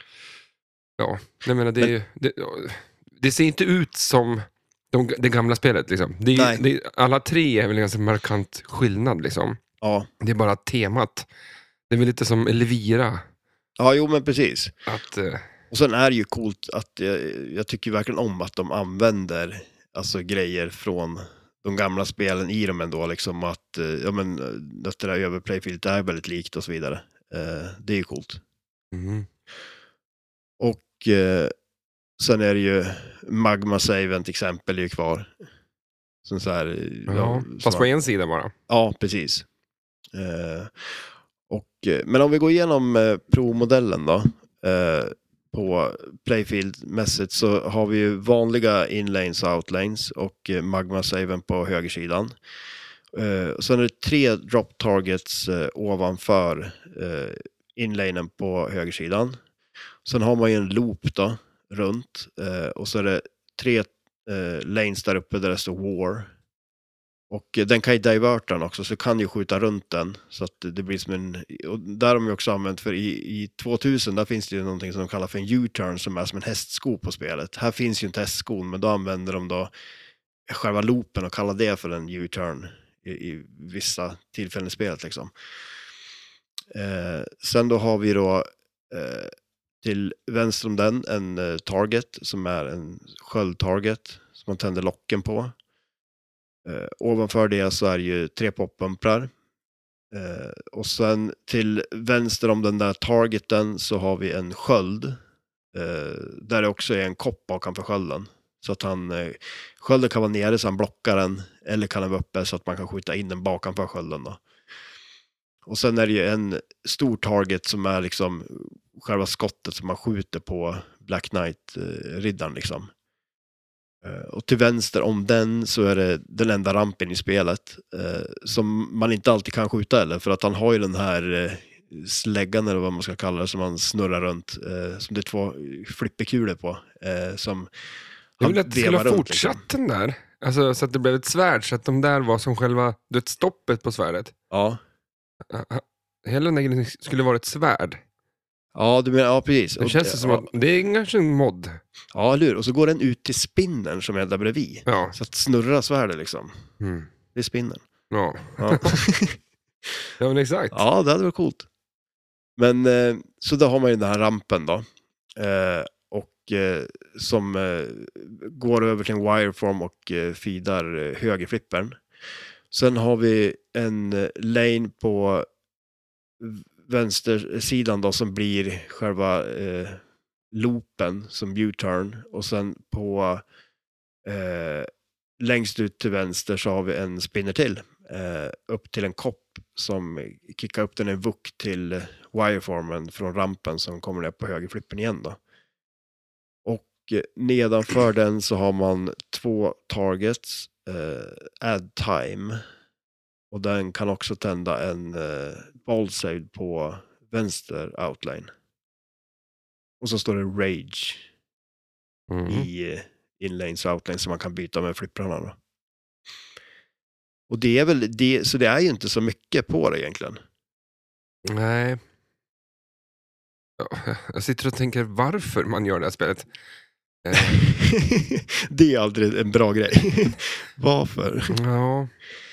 ja, jag menar det, Men- är ju- det, det ser inte ut som de, det gamla spelet liksom. Det är, Nej. ju- det är, alla tre är väl en ganska markant skillnad liksom. Ja. Det är bara temat. Det är väl lite som Elvira. ja, jo men precis. Att, eh, Och sen är det ju coolt att jag, jag tycker verkligen om att de använder alltså grejer från de gamla spelen i dem ändå, liksom att, eh, ja men, att det där överplayfieldet är väldigt likt och så vidare. Eh, det är ju coolt. mm. Och eh, sen är det ju Magma Saven till exempel är ju kvar. Som så här, Ja, som fast på man- en sida bara. Ja, precis. Eh, och, eh, men om vi går igenom eh, Pro-modellen då. Eh, på playfield-mässigt så har vi ju vanliga inlanes och outlanes och eh, Magma Saven på högersidan. Eh, sen är det tre drop targets eh, ovanför eh, inlanen på högersidan. Sen har man ju en loop då, runt. Eh, och så är det tre eh, lanes där uppe där det står War. Och eh, den kan ju diverta den också, så kan ju skjuta runt den. Så att det blir som en... Och där har de ju också använt, för i, i tvåtusen där finns det ju någonting som de kallar för en U-turn som är som en hästsko på spelet. Här finns ju inte hästskon, men då använder de då själva loopen och kallar det för en U-turn i, i vissa tillfällen i spelet liksom. Eh, sen då har vi då eh, till vänster om den en eh, target som är en sköld-target som man tänder locken på. Eh, ovanför det så är det ju tre poppumprar. Eh, och sen till vänster om den där targeten så har vi en sköld. Eh, där det också är en kopp bakom för skölden. Så att han, eh, skölden kan vara nere så han blockar den. Eller kan den vara uppe så att man kan skjuta in den bakom för skölden då. Och sen är det ju en stor target som är liksom själva skottet som man skjuter på Black Knight-riddaren liksom. Och till vänster om den så är det den enda rampen i spelet eh, som man inte alltid kan skjuta eller, för att han har ju den här eh, släggan eller vad man ska kalla det som man snurrar runt, eh, som det är två flipperkulor på eh, som Jag vill han att det skulle vevar ha runt, fortsatt liksom. den där. Alltså, så att det blev ett svärd, så att de där var som själva du vet, stoppet på svärdet. Ja. Hela den där grejen skulle vara ett svärd. Ja, du menar, ja precis. Det Och känns det som ja, att det är kanske en mod. ja, eller hur? Och så går den ut till spinnern som är där bredvid. Ja. Så att snurra svärdet liksom. Mm. Det är spinnern. Ja. Ja. Ja, men exakt. Ja, det hade varit coolt. Men eh, så då har man ju den här rampen då. Eh, och eh, som eh, går över till en wireform och eh, feedar eh, högerflippern. Sen har vi en eh, lane på vänstersidan då som blir själva eh, loopen som U-turn. Och sen på eh, längst ut till vänster så har vi en spinner till. Eh, upp till en kopp som kickar upp den en vuck till wireformen från rampen som kommer ner på högerflippen igen då. Och eh, nedanför den så har man två targets, eh, add time. Och den kan också tända en eh, ball save på vänster outline. Och så står det rage Mm. i eh, inlanes outline som man kan byta med flipprarna då. Och det är väl det, så det är ju inte så mycket på det egentligen. Nej. Ja, jag sitter och tänker varför man gör det här spelet. Eh, Det är aldrig en bra grej. Varför? ja.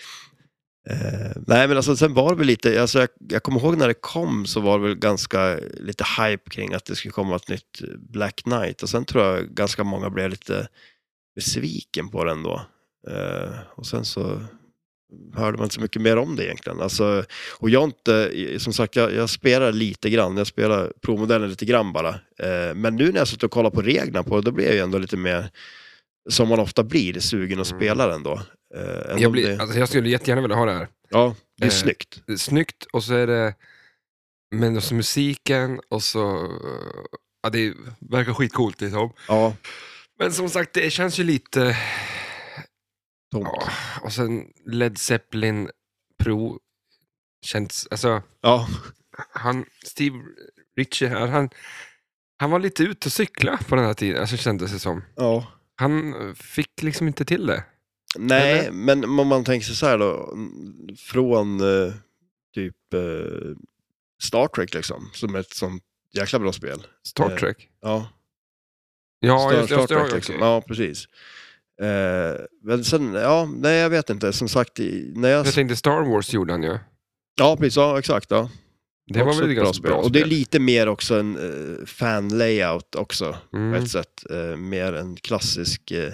Eh, nej men alltså sen var det väl lite, alltså jag, jag kommer ihåg när det kom så var det väl ganska lite hype kring att det skulle komma ett nytt Black Knight och sen tror jag ganska många blev lite besviken på den då. Eh, och sen så hörde man inte så mycket mer om det egentligen. Alltså, och jag inte, som sagt, jag, jag spelar lite grann, jag spelar provmodellen lite grann bara. Eh, men nu när jag sitter och kollar på reglerna på det, då blir jag ju ändå lite mer, som man ofta blir, sugen att spela den då. Eh, Jag, blir, det, alltså jag skulle jättegärna vilja ha det här. ja, det är eh, snyggt. Det är snyggt och så är det, men också musiken och så, ja det verkar skitcoolt liksom. Ja, Men som sagt, det känns ju lite, tomt. ja, och sen Led Zeppelin Pro känns, alltså Ja, han, Steve Ritchie här, han, han var lite ute och cykla på den här tiden, alltså kändes det som. ja. Han fick liksom inte till det. Nej, Eller? men om man tänker sig så här då, från eh, typ eh, Star Trek liksom, som ett sånt jäkla bra spel. Star Eh, Trek? Ja, Ja, Star, just, Star just, Trek ja, liksom. okej. Ja, precis. Eh, men sen, ja, nej jag vet inte, som sagt, i- när jag... Jag tänkte Star Wars gjorde han ju. Ja, precis, ja, exakt, ja. Det var Också väl ett ett ganska bra, Och det är spel. lite mer också en uh, fan-layout också, Mm. på ett sätt. Uh, mer en klassisk uh,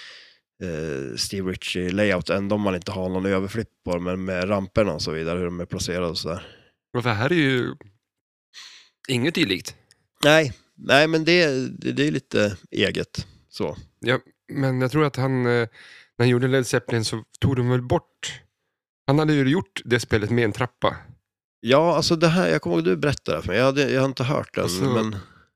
uh, Steve Ritchie-layout, ändå om man inte har någon överflipp på dem, men med ramperna och så vidare, hur de är placerade och sådär. Och för här är ju inget dylikt. Nej, nej men det, det, det är lite eget, så. Ja, men jag tror att han, eh, när han gjorde Led Zeppelin så tog de väl bort, han hade ju gjort det spelet med en trappa. Ja, alltså det här, jag kommer ihåg att du berättade det för mig, jag, hade, jag har inte hört den, Alltså- men...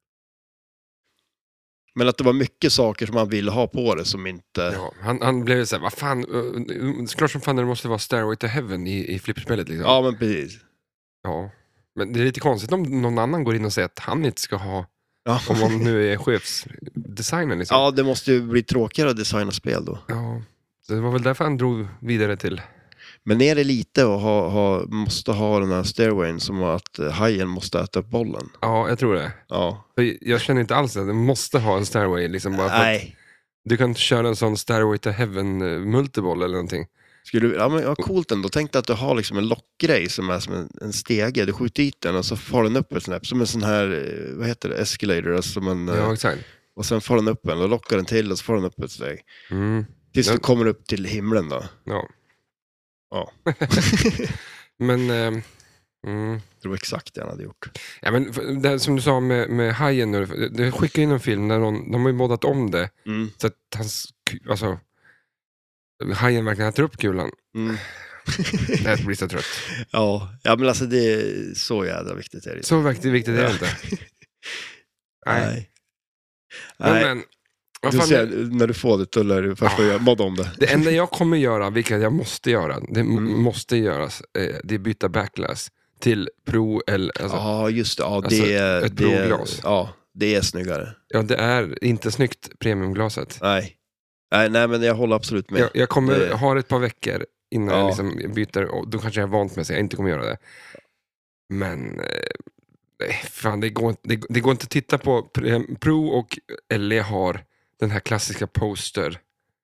Men att det var mycket saker som man ville ha på det som inte... Ja, han, han blev så här, vad fan, uh, klart som fan det måste vara Stairway to Heaven i, i flipperspelet liksom. Ja, men precis. Ja. Men det är lite konstigt om någon annan går in och säger att han inte ska ha, Ja. om man nu är chefsdesignen liksom. Ja, det måste ju bli tråkigare att designa spel då. Ja. Så det var väl därför han drog vidare till. Men är det lite att ha, ha, måste ha den här stairwayn som att eh, hajen måste äta upp bollen? Ja, jag tror det. Ja. För jag känner inte alls att du måste ha en Stairway liksom bara för att Nej. du kan köra en sån Stairway to Heaven eh, multiboll eller någonting. Skulle, ja, men, ja, coolt ändå. Tänk dig att du har liksom en lockgrej som är som en, en stege. Du skjuter dit den och så får den upp ett snäpp. Som en sån här, eh, vad heter det, escalator. Alltså som en, eh, Ja, exakt. och sen får den upp en och lockar den till och så får den upp ett steg. Mm. Tills Ja. du kommer upp till himlen då. Ja. Ja. Men, eh, mm. Det var exakt det han hade gjort. Ja, men för- det här som du sa med, med hajen nu, det skickade in en film där de, de har ju moddat om det Mm. så att hans, ku- alltså hajen verkligen äter upp kulan. Mm. Det här blir så trött. ja. ja, men alltså det är så jävla viktigt. Är det. Så viktigt, viktigt är det Ja. inte. Nej. Nej. Men, Nej. men vad Du fan, ser, det, när du får det tullar du först Ah. och modda om det. det enda jag kommer göra, vilket jag måste göra, det m- Mm. måste göras, eh, det är byta backlash till Pro eller, alltså, Ja, just det. Ja, alltså, det, är- ett det, är- provglas. Ja, det är snyggare. ja det är inte snyggt premiumglaset. Nej. Nej, nej, men jag håller absolut med. Jag, jag kommer Det- ha det ett par veckor innan Ja. jag liksom byter, och då kanske jag är vant med sig, jag inte kommer göra det. Men eh, nej, fan, det, går, inte- det, det går inte att titta på. Pre- Pro och L E har den här klassiska poster-grejen.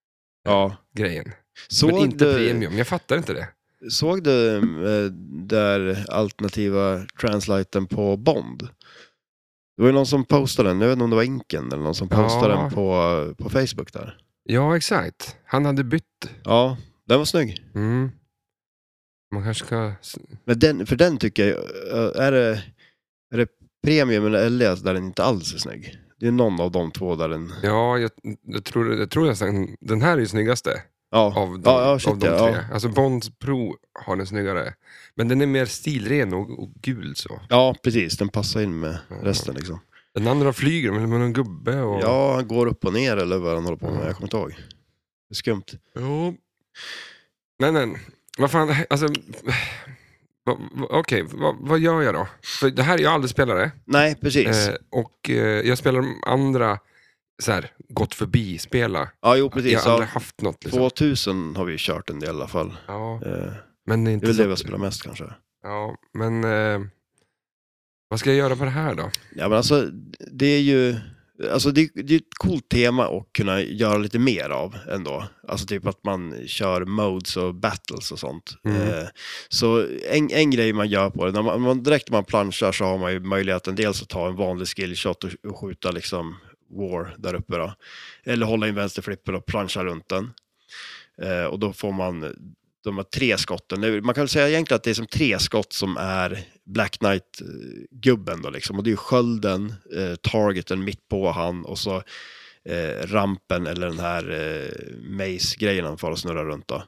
Ja. Såg Men inte du, premium, jag fattar inte det. såg du eh, där alternativa transliten på Bond? Det var ju någon som postade den, jag vet inte om det var Inken eller någon som postade Ja. den på, på Facebook där. Ja, exakt. Han hade bytt. Ja, den var snygg. Mm. Man kanske ska... Men den, för den tycker jag, eh, är det, är det premium eller L E där den inte alls är snygg? Det är någon av de två där den... Ja, jag, jag tror, jag tror nästan den här är ju snyggaste. Ja, av de, ja, ja, shit, av de ja, tre. ja. Alltså Bonds Pro har den snyggare. Men den är mer stilren och, och gul så. Ja, precis. Den passar in med Ja. resten liksom. Den andra flyger med, med någon gubbe och... Ja, han går upp och ner eller vad han håller på med. Ja. Jag kommer inte ihåg. Det är skumt. Jo. Men, men, vad fan, alltså... va- va- Okej, vad, vad gör jag då? För det här är jag aldrig spelare. Nej, precis. Eh, och eh, jag spelar de andra så här, gått förbi spela. Ja, jo, precis. Jag har aldrig Ja, haft något liksom. tvåtusen har vi ju kört en del i alla fall. Ja, Eh, men det är Det inte är väl så... det vi har spelat mest kanske. Ja, men... Eh, vad ska jag göra på det här då? Ja, men alltså, det är ju... Alltså det, det är ett coolt tema att kunna göra lite mer av ändå. Alltså typ att man kör modes och battles och sånt. Mm. Eh, så en, en grej man gör på det, när man, man, direkt när man planchar så har man ju möjligheten dels att ta en vanlig skillshot och, och skjuta liksom war där uppe då. Eller hålla in vänsterflippen och plancha runt den. Eh, och då får man de här tre skotten. Man kan väl säga egentligen att det är som tre skott som är Black Knight-gubben då liksom. Och det är ju skölden, eh, targeten mitt på han och så eh, rampen eller den här eh, mace-grejen han får att snurra runt då.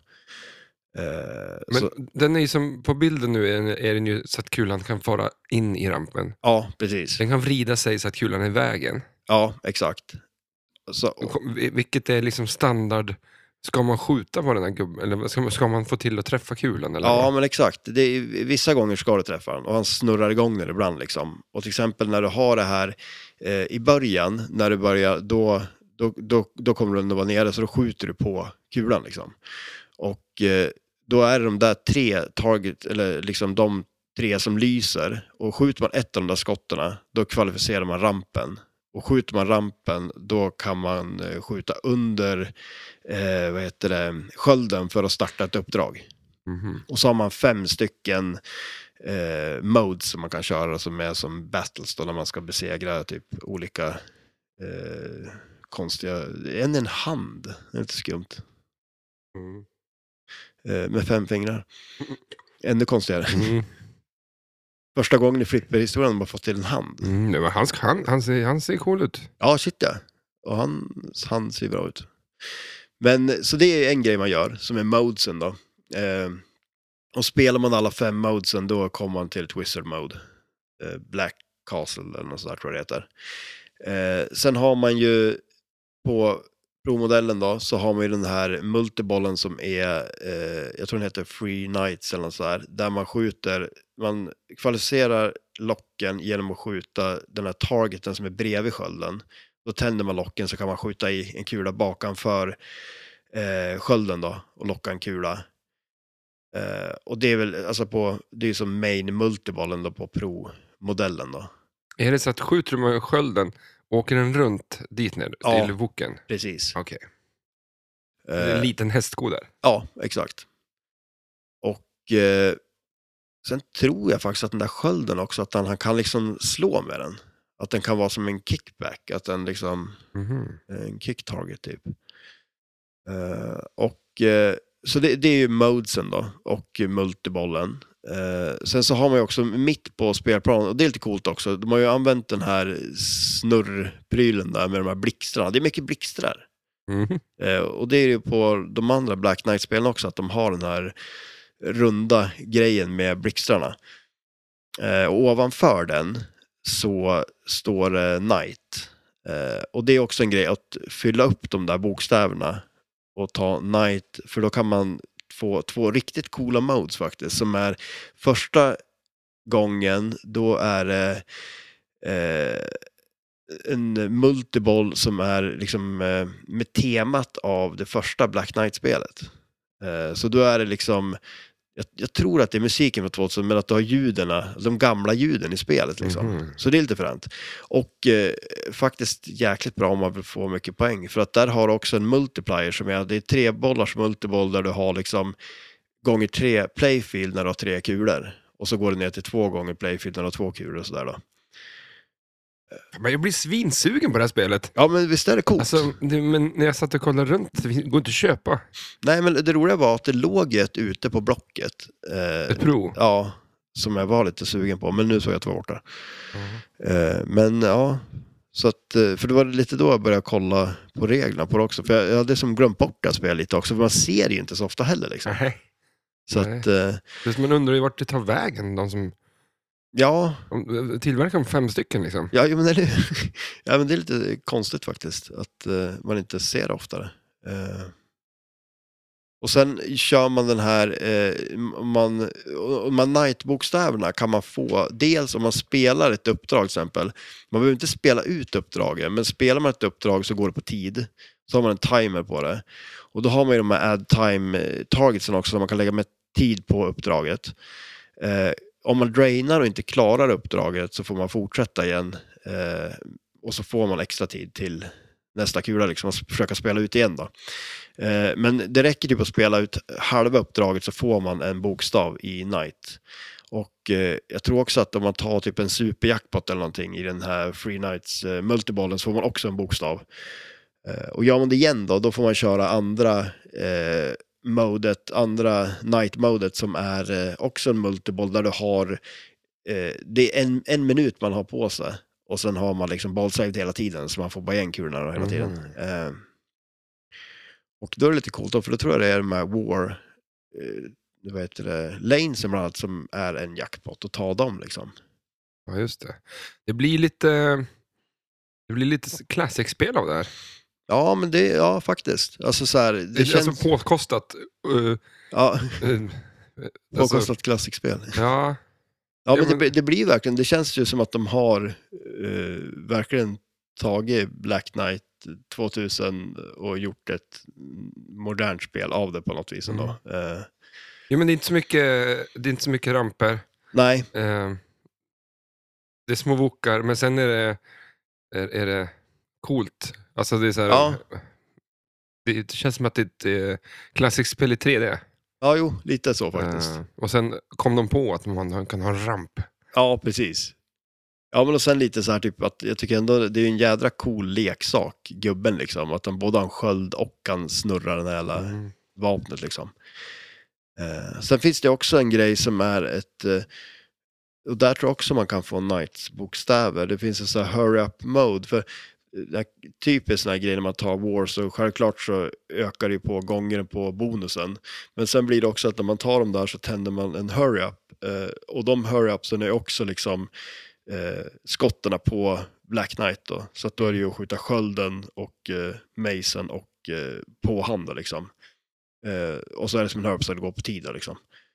Eh, Men så, den är ju som på bilden nu är, är den ju så att kulan kan fara in i rampen. ja, precis. Den kan vrida sig så att kulan är i vägen. Ja, exakt. Så, Vilket är liksom standard. Ska man skjuta på den här gubben? Eller ska man, ska man få till att träffa kulan? Eller ja, vad? men exakt. Det är, vissa gånger ska du träffa den och han snurrar igång den ibland liksom. Och till exempel när du har det här eh, i början, när du börjar, då, då, då, då kommer den att vara nere så då skjuter du på kulan liksom. Och eh, då är det de där tre target, eller liksom de tre som lyser. Och skjuter man ett av de där skotterna, då kvalificerar man rampen. Och skjuter man rampen, då kan man eh, skjuta under eh, vad heter det, skölden för att starta ett uppdrag. Mhm. Och så har man fem stycken eh, modes som man kan köra som är som battles då, när man ska besegra typ olika eh, konstiga, en en hand, det är lite skumt. Mm. Eh, med fem fingrar. Ännu konstigare. Mm. Första gången i flipperhistorien har man fått till en hand. Mm, men han, han, han, ser, han ser cool ut. Ja, shit ja. Och han, han ser bra ut. Men så det är en grej man gör som är modesen då. Eh, och spelar man alla fem modesen då kommer man till ett wizard mode. Eh, Black Castle eller något sådär tror jag det heter. Eh, sen har man ju på Pro-modellen då så har man ju den här multibollen som är, eh, jag tror den heter Free Knights eller något sådär. Där man skjuter, man kvalificerar locken genom att skjuta den här targeten som är bredvid skölden. Då tänder man locken så kan man skjuta i en kula bakanför eh, skölden då och locka en kula. Eh, och det är väl alltså på, det är som main multibollen då på Pro-modellen då. Är det så att skjuter du med skölden, åker den runt dit ner Ja. till woken? Precis. Okej. Det är Eh, en liten hästsko där. ja, exakt. Och eh, sen tror jag faktiskt att den där skölden också, att han, han kan liksom slå med den. Att den kan vara som en kickback, att den liksom, Mhm. en kick target typ. Eh, och eh, så det, det är ju modesen då, och multibollen. Eh, sen så har man ju också mitt på spelplanen, och det är lite coolt också, de har ju använt den här snurrprylen där med de här blixtrarna. Det är mycket blixtrar. Mhm. Eh, och det är ju på de andra Black Knight-spelen också, att de har den här runda grejen med blixtrarna. Eh, och ovanför den så står det Knight. Eh, och det är också en grej att fylla upp de där bokstäverna och ta Knight, för då kan man få två riktigt coola modes faktiskt, som är första gången, då är det eh, en multiboll som är liksom eh, med temat av det första Black Knight-spelet. Eh, så då är det liksom, jag, jag tror att det är musiken från tvåtusen, men att du har ljuden, de gamla ljuden i spelet liksom. Mhm. Så det är lite fränt. Och eh, faktiskt jäkligt bra om man vill få mycket poäng, för att där har du också en multiplier som är, det är tre bollars multiboll där du har liksom gånger tre playfield när du har tre kulor. Och så går det ner till två gånger playfield när du har två kulor och sådär då. Men jag blir svinsugen på det här spelet. Ja, men visst är det coolt? Alltså, det, men när jag satt och kollade runt, det går inte att köpa Nej, men det roliga var att det låg ett ute på Blocket. Eh, ett Pro. ja, som jag var lite sugen på, men nu såg jag att det var borta. Mhm. Eh, men ja, Så att, eh, för det var lite då jag började kolla på reglerna på det också. För jag, jag hade som glömt bort att spela lite också, för man ser ju inte så ofta heller liksom. Nej. Så Nej. att, eh, Just, man undrar ju vart det tar vägen, de som ja, de tillverkar om fem stycken liksom. ja, jo, men det, är, ja, men det är lite konstigt faktiskt att eh, man inte ser det oftare. Eh, och sen kör man den här, eh, man, och man night-bokstäverna kan man få, dels om man spelar ett uppdrag till exempel. Man behöver inte spela ut uppdraget, men spelar man ett uppdrag så går det på tid. Så har man en timer på det. Och då har man ju de här add time targetsen också, så man kan lägga med tid på uppdraget. Eh, om man drainar och inte klarar uppdraget så får man fortsätta igen. Eh, och så får man extra tid till nästa kula liksom, och försöka spela ut igen då. Eh, men det räcker typ att spela ut halva uppdraget så får man en bokstav i Night. Och eh, jag tror också att om man tar typ en superjackpot eller någonting i den här Free Nights eh, multibollen så får man också en bokstav. Eh, och gör man det igen då, då får man köra andra eh, modet, andra night-modet som är eh, också en multiboll där du har eh, det är en, en minut man har på sig. Och sen har man liksom ballsaved hela tiden så man får bara igen kulorna hela tiden. Mm. Eh, och då är det lite coolt då, för då tror jag det är de här war eh, vad heter det, lanes bland annat som är en jackpot och ta dem liksom. Ja, just det. Det blir lite det blir lite classic-spel av det här. Ja, men det, ja faktiskt. Alltså så här, det, det känns... Alltså påkostat. Uh, ja, uh, påkostat alltså... klassicspel. Ja. Ja, men, ja, men... Det, det blir verkligen, det känns ju som att de har uh, verkligen tagit Black Knight tvåtusen och gjort ett modernt spel av det på något vis ändå. Mm. Uh, ja, men det är inte så mycket, det är inte så mycket ramper. Nej. Uh, det är små vokar, men sen är det är, är det coolt. Alltså det är så här, ja. Det känns som att det är ett klassiskt spel i tre D. Ja, jo, lite så faktiskt. Uh, och sen kom de på att man kan ha en ramp. Ja, precis. Ja, men och sen lite så här typ att jag tycker ändå det är en jädra cool leksak, gubben liksom. Att han både har en sköld och kan snurra den här hela mm. vapnet liksom. Uh, sen finns det också en grej som är ett... Uh, och där tror jag också man kan få Knights-bokstäver. Det finns en sån här hurry-up mode. För typiskt såna här grejer när man tar war så självklart så ökar det på gången på bonusen. Men sen blir det också att när man tar dem där så tänder man en hurry-up. Eh, och de hurry-upsen är också liksom eh, skotterna på Black Knight då. Så att då är det ju att skjuta skölden och eh, macen och eh, på handen liksom. Eh, och så är det som en hurry-up så det går på tid liksom.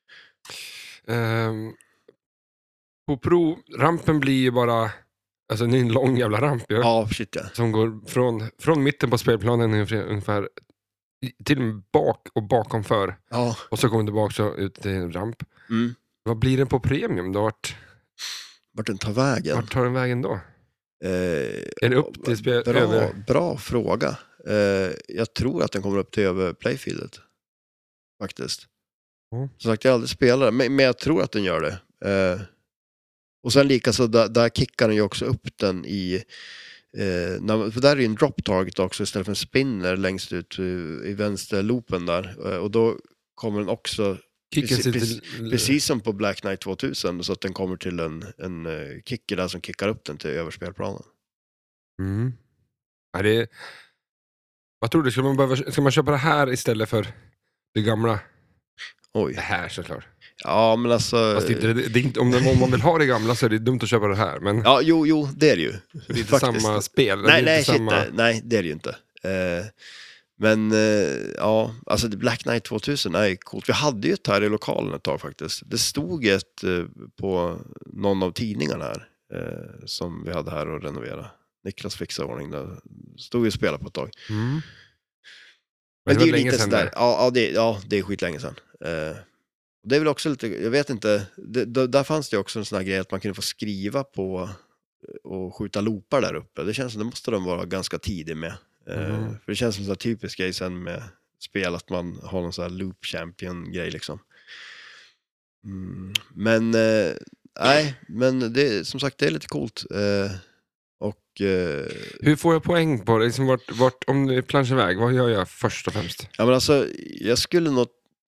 Um, på pro, rampen blir ju bara... Alltså det är en lång jävla ramp ju. Ja, shit ja. Som går från, från mitten på spelplanen ungefär till bak och bakom för. Ja. Och så kommer det tillbaka så ut till en ramp. Mm. Vad blir den på premium då? Vart, vart den tar vägen? Vart tar den vägen då? Eh, är det upp till spel? Bra, över? bra fråga. Eh, jag tror att den kommer upp till över playfieldet. Faktiskt. Mm. Som sagt, jag har aldrig spelat men, men jag tror att den gör det. Eh, Och sen likaså, där, där kickar den ju också upp den i... Eh, när, för där är ju en drop target också istället för en spinner längst ut i vänsterloopen där. Eh, och då kommer den också... Precis, precis, precis som på Black Knight tvåtusen så att den kommer till en, en uh, kicker där som kickar upp den till överspelplanen. Mm. Ja, det är... Vad tror du? Ska man, behöva, ska man köpa det här istället för det gamla? Oj. Det här såklart. Ja, men alltså... Fast det, det, det är inte, om, det, om man vill ha det gamla så är det dumt att köpa det här. Men... Ja, jo, jo, det är det ju. Det är inte faktiskt samma spel. Nej, det är nej, inte samma... shit, nej, det är det ju inte. Eh, men eh, ja, alltså Black Knight tvåtusen är coolt. Vi hade ju ett här i lokalen ett tag faktiskt. Det stod ett eh, på någon av tidningarna här eh, som vi hade här och renovera. Niklas fixade ordning där. Stod ju och spelade på ett tag. Mm. Men, men det, det är ju lite sådär. Ja, ja, det, ja, det är skitlänge sedan. Eh, Det är väl också lite, jag vet inte, det, det, där fanns det också en sån här grej att man kunde få skriva på och skjuta loopar där uppe. Det känns som det måste de vara ganska tidig med. Mm. Uh, för det känns som en sån här typisk grej sen med spel att man har någon sån här loop champion grej liksom. Mm. Men uh, nej, men det, som sagt det är lite coolt. Uh, och uh, hur får jag poäng på det? Liksom vart, vart, om du planschar iväg, vad gör jag först och främst? Ja men alltså, jag skulle nog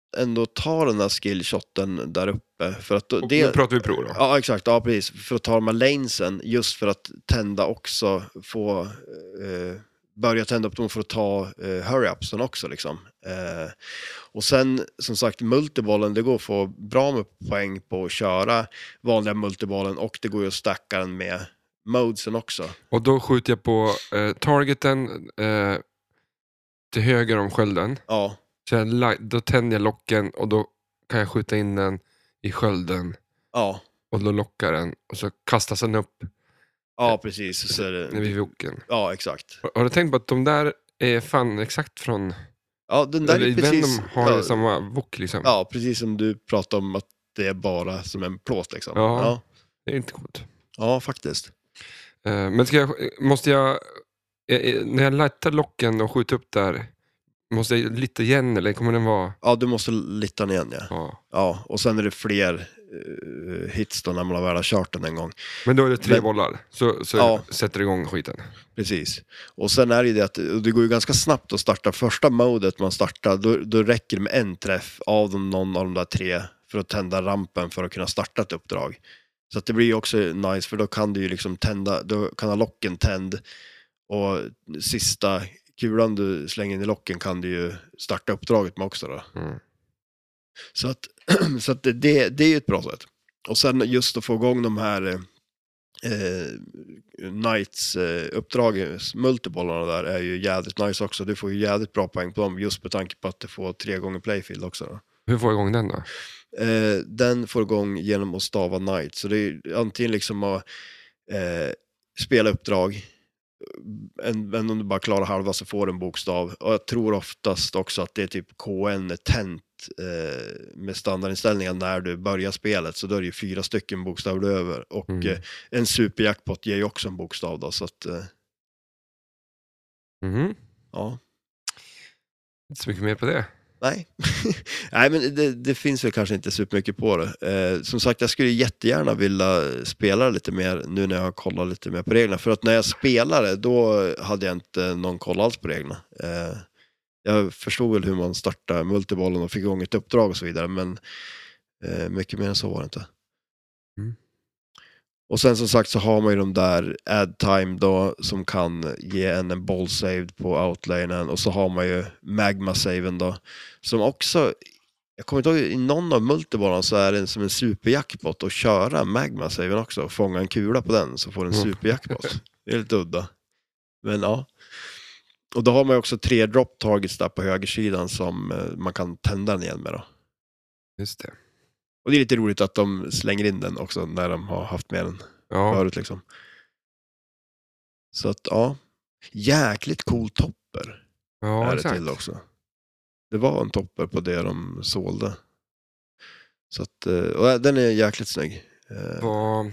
ändå ta den här skillshoten där uppe. För att då, Och det, nu pratar vi pro då. ja, exakt. Ja, precis. För att ta de här lanesen, just för att tända också, få eh, börja tända upp dem för att ta eh, hurry-upsen också liksom. Eh, och sen, som sagt, multibollen, det går att få bra med poäng på att köra vanliga multibollen och det går ju att stacka den med modesen också. Och då skjuter jag på eh, targeten eh, till höger om skölden. Ja, Så jag, li- då tänder jag locken och då kan jag skjuta in den i skölden. ja, Och då lockar den. Och så kastas den upp ja, precis. Så är det, vid voken. ja, exakt. Har du tänkt på att de där är fan exakt från... Ja, den där Eller är precis... Venom har ja, ju samma vok liksom. ja, precis som du pratade om att det är bara som en plåt liksom. Ja. Ja, Det är inte coolt. ja faktiskt. Eh, men ska jag, måste jag... eh, eh, när jag lightar locken och skjuter upp där, måste jag lite igen eller kommer den vara... Ja, du måste litta den igen, ja. Ja. Ja, och sen är det fler uh, hits då när man har väl har kört den en gång. Men då är det tre Men- bollar, så, så Ja. sätter det igång skiten. Precis. Och sen är det ju det att och det går ju ganska snabbt att starta första modet man startar, då, då räcker det med en träff av de, någon av de där tre för att tända rampen för att kunna starta ett uppdrag. Så att det blir ju också nice, för då kan du ju liksom tända, då kan ha locken tänd och sista kulan du slänger in i locken kan du ju starta uppdraget med också då. Mm. Så att, så att det, det, det är ju ett bra sätt. Och sen just att få igång de här eh, Knights eh, uppdragen, multibollarna där är ju jävligt nice också. Du får ju jävligt bra poäng på dem just med tanke på att du får tre gånger playfield också då. Hur får jag igång den då? Eh, den får igång genom att stava Knight. Så det är antingen liksom att eh, spela uppdrag, en, en om du bara klarar halva så får du en bokstav. Och jag tror oftast också att det är typ K N är tänt eh, med standardinställningar när du börjar spelet. Så då är det ju fyra stycken bokstäver du över. Och Mm. eh, en superjackpot ger ju också en bokstav då. Så att, eh, Mhm. ja. Inte så mycket mer på det. Nej, Nej men det, det finns väl kanske inte supermycket på det. Eh, som sagt, jag skulle jättegärna vilja spela lite mer nu när jag har kollat lite mer på reglerna. För att när jag spelade, då hade jag inte någon koll alls på reglerna. Eh, jag förstod väl hur man startar multibollen och fick igång ett uppdrag och så vidare, men eh, mycket mer än så var det inte. Mm. Och sen som sagt så har man ju de där add time då som kan ge en en boll saved på outlanen, och så har man ju magma saven då som också, jag kommer inte ihåg, i någon av multibollarna så är det som en superjackpot att köra magma saven också och fånga en kula på den så får du en Mm. superjackpot. Det är lite udda. Men ja. Och då har man ju också tre drop targets där på högersidan som eh, man kan tända den igen med då. Just det. Och det är lite roligt att de slänger in den också när de har haft med den Ja, förut liksom. Så att ja, jäkligt cool topper ja är det exakt. till också. Det var en topper på det de sålde. Så att, eh, och den är jäkligt snygg. Eh, Vad...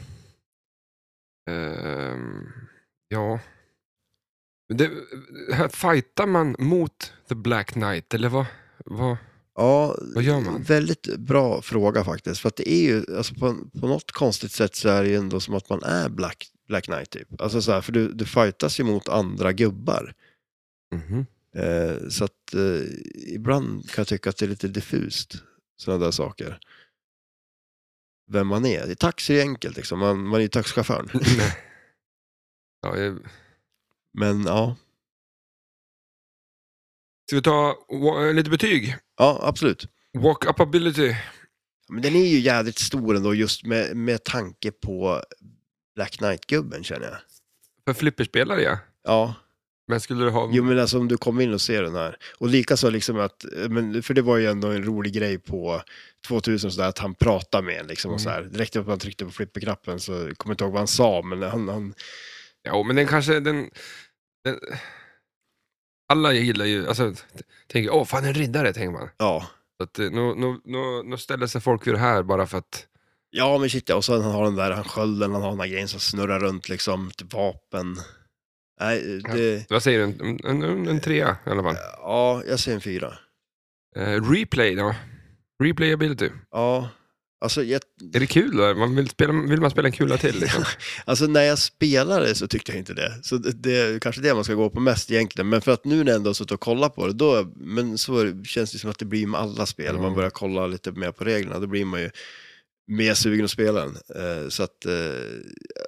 ehm, ja. Det, här fightar man mot The Black Knight, eller vad? vad? Ja, Vad gör man? väldigt bra fråga faktiskt. För att det är ju, alltså på, på något konstigt sätt så är det ju ändå som att man är Black, Black Knight typ. Alltså så här, för du, du fightas ju mot andra gubbar. Mhm. Eh, så att eh, ibland kan jag tycka att det är lite diffust, sådana där saker. Vem man är. Taxi är enkelt liksom, man, man är ju taxichauffören. Ja, jag... Men ja, Ska vi ta wa- lite betyg? ja absolut. Walk-up ability. Men den är ju jävligt stor ändå just med, med tanke på Black Knight-gubben känner jag. För flipperspelare, ja. Ja, Men skulle du ha... jo men alltså om du kommer in och ser den här. Och likaså liksom att, men, för det var ju ändå en rolig grej på tvåtusen sådär att han pratade med en liksom och så här. Direkt när man tryckte på flipperknappen så kommer jag inte ihåg vad han sa, men han, han Ja, men den kanske... Den, den... Alla gillar ju... Alltså, tänker, åh fan en riddare, tänker man. ja. Så att, eh, nu, nu, nu, nu ställer sig folk ur det här bara för att... Ja men shit ja, och sen han har den där, han skölden, han har den där grejen som snurrar runt liksom, ett vapen. Nej, det... Vad säger du? En, en, en, en trea i alla fall. Ja, jag ser en fyra. Eh, replay då? Replayability. Ja, Alltså, jag... Är det kul då? Man vill, spela, vill man spela en kula till? Liksom? Alltså när jag spelade så tyckte jag inte det. Så det, det är kanske det man ska gå på mest egentligen. Men för att nu när jag ändå har suttit och kollat på det, då, men så känns det som att det blir med alla spel. Mm. Man börjar kolla lite mer på reglerna, då blir man ju mer sugen att spela den. Uh, så att, uh,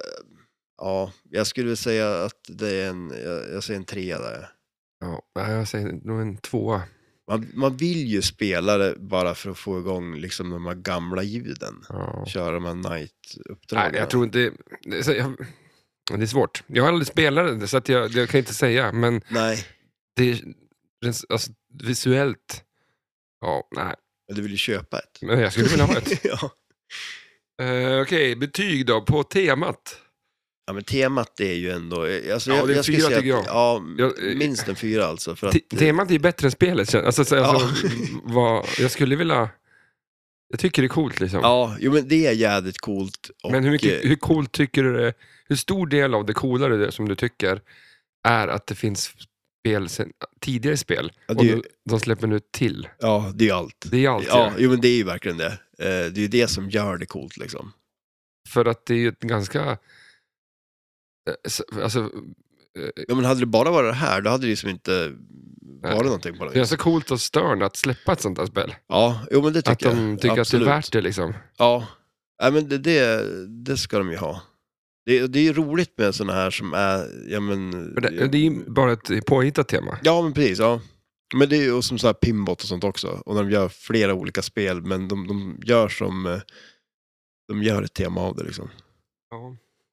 ja, jag skulle vilja säga att det är en, jag, jag säger en trea där. Ja, jag säger nog en tvåa. Man, man vill ju spela det bara för att få igång liksom de här gamla ljuden. Ja. Köra de här night-uppdragen. Nej, jag tror inte... Det är, så, jag, det är svårt. Jag har aldrig spelat det, så att jag, jag kan inte säga. Men Nej. det är alltså, visuellt... Ja, nej. Men du vill ju köpa ett. Men jag skulle vilja ha ett. Ja. uh, Okej, okay, betyg då på temat. Ja, men temat är ju ändå... Alltså, Ja, jag, det är jag fyra, säga tycker jag. Att, ja, jag, minst en fyra alltså. För att, te- temat är bättre än spelet. Alltså, alltså, Ja. alltså, vad, jag skulle vilja... Jag tycker det är coolt liksom. Ja, jo, men det är jävligt coolt. Och, Men hur, mycket, hur coolt tycker du det? Hur stor del av det coolare det, som du tycker är att det finns spel sen, tidigare spel Ja, det och är ju- de, de släpper nu till? Ja, det är ju allt. Det är allt. Ja, Ja. jo, men det är ju verkligen det. Eh, Det är ju det som gör det coolt liksom. För att det är ju ett ganska... eh, s- Alltså, eh, Ja, men hade det bara varit det här, då hade det ju som inte Nej. varit någonting på det. det är så coolt och Stern att släppa ett sånt här spel. Ja, jo, men det Att tycker de jag. tycker Absolut. att det är värt det liksom. Ja, nej, men det, det, det ska de ju ha. Det, det är ju roligt med såna här som är, ja men... För det, det är ju bara ett påhittat tema. Ja, men precis, ja. Men det är ju som så här pinbot och sånt också. Och när de gör flera olika spel, men de, de gör som... eh, De gör ett tema av det liksom. Ja.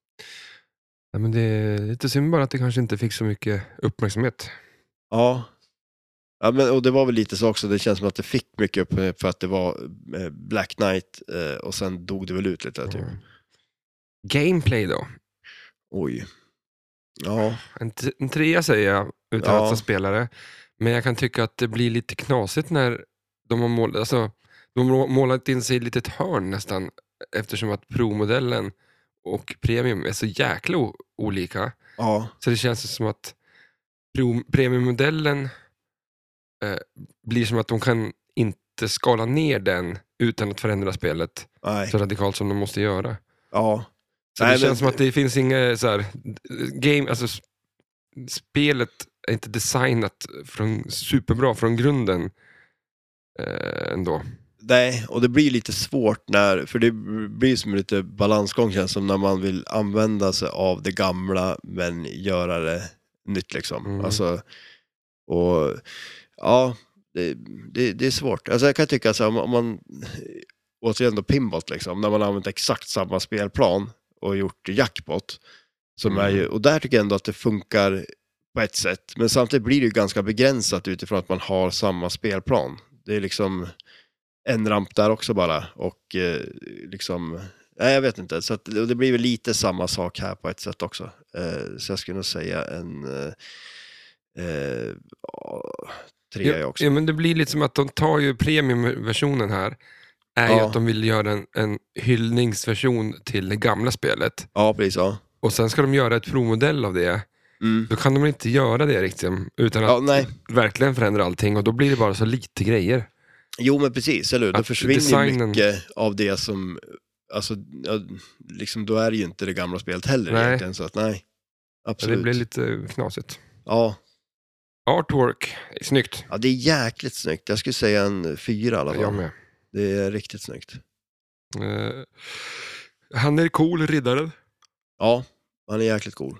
Ja, men det är lite synd bara att det kanske inte fick så mycket uppmärksamhet. Ja. Ja, men, och det var väl lite så också, det känns som att det fick mycket upp för att det var eh, Black Knight eh, och sen dog det väl ut lite typ. Mm. Gameplay då? Oj. Ja. En, t- en trea säger jag utan Ja. att vara spelare. Men jag kan tycka att det blir lite knasigt när de har målat, alltså, de har målat in sig i ett litet hörn nästan. Eftersom att Pro-modellen och Premium är så jäkla o- olika. Ja. Så det känns som att Pro- Premium-modellen eh, blir som att de kan inte skala ner den utan att förändra spelet Nej. så radikalt som de måste göra. Ja. Så Nej, det känns men- som att det finns inga så här, game, alltså s- spelet är inte designat från, superbra från grunden eh, ändå. Nej, och det blir lite svårt när, för det blir som lite balansgång känns som när man vill använda sig av det gamla men göra det nytt liksom. Mm. Alltså, och ja, det, det, det är svårt. Alltså jag kan tycka så här, om, om man, återigen då pinbot liksom, när man har använt exakt samma spelplan och gjort jackpot, som Mm. är ju, och där tycker jag ändå att det funkar på ett sätt, men samtidigt blir det ju ganska begränsat utifrån att man har samma spelplan. Det är liksom en ramp där också bara och eh, liksom, nej jag vet inte, så att, och det blir väl lite samma sak här på ett sätt också. Eh, så jag skulle nog säga en eh, eh, ja, trea Ja, också. ja, men det blir lite som att de tar ju premiumversionen här är ju Ja. att de vill göra en, en hyllningsversion till det gamla spelet. Ja, precis, ja. Och sen ska de göra ett provmodell av det. Mm. Då kan de inte göra det riktigt utan att Ja, nej. verkligen förändra allting och då blir det bara så lite grejer. Jo, men precis, eller hur? Då Att försvinner ju designen- mycket av det som, alltså, ja, liksom, då är det ju inte det gamla spelet heller Nej. egentligen, så att nej. Så Absolut. det blir lite knasigt. Ja. Artwork, snyggt. ja, det är jäkligt snyggt. Jag skulle säga en fyra i alla fall. Jag med. Det är riktigt snyggt. Eh, han är cool, riddaren. Ja, han är jäkligt cool.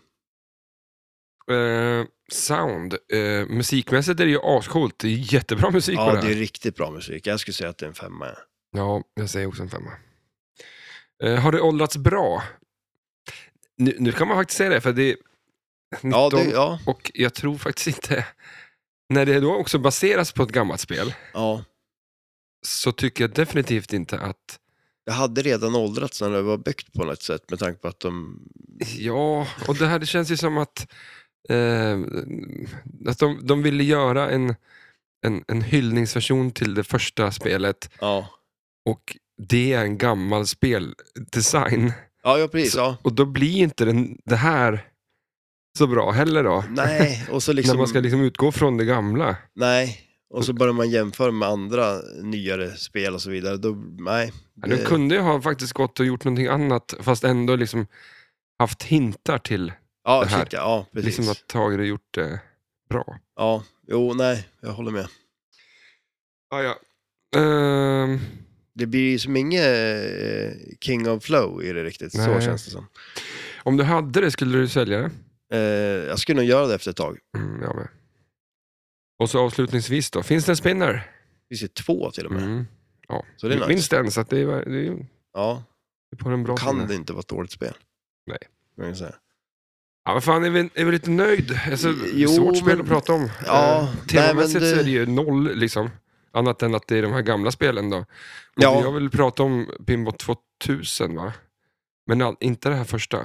Eh, sound. Eh, musikmässigt är det ju ascoolt. Det är jättebra musik på Ja, det det här. är riktigt bra musik. Jag skulle säga att det är en femma. Ja. Ja, jag säger också en femma. Eh, har det åldrats bra? Nu, nu kan man faktiskt säga det, för det är nitton, Ja, det, ja, och jag tror faktiskt inte... När det då också baseras på ett gammalt spel ja. så tycker jag definitivt inte att... Det hade redan åldrats när det var byggt på något sätt med tanke på att de... Ja, och det här det känns ju som att, eh, att de, de ville göra en, en, en hyllningsversion till det första spelet Ja, och det är en gammal speldesign. ja, ja precis. Så- Ja. Och då blir inte den, det här så bra heller då. Nej, och så liksom... När man ska liksom utgå från det gamla. Nej, och så börjar man jämföra med andra nyare spel och så vidare, då, nej. Ja, de kunde ju ha faktiskt gått och gjort någonting annat, fast ändå liksom haft hintar till ja, det här. shit, ja, precis. Liksom att tagit och gjort det bra. Ja, jo, nej, jag håller med. Ja, ja. Ehm, Det blir ju som inget eh, King of Flow i det riktigt, så Nej. känns det som. om du hade det, skulle du sälja det? Eh, jag skulle nog göra det efter ett tag. Mm, jag med. Och så avslutningsvis då, finns det en spinner? Det finns ju två till och med. Mm. Ja, Så det är nice. minst en, så att det är, det är ju Ja, på en bra kan spinner. det inte vara ett dåligt spel. Nej. Kan jag säga. Ja, vad fan, är vi, är vi lite nöjd? Alltså, Jo, svårt spel men- att prata om. Ja, Eh, nej, Temamässigt men det- så är det ju noll, liksom. Annat än att det är de här gamla spelen då. Och Ja. Jag vill prata om Pinbot tvåtusen, va? Men all, inte det här första.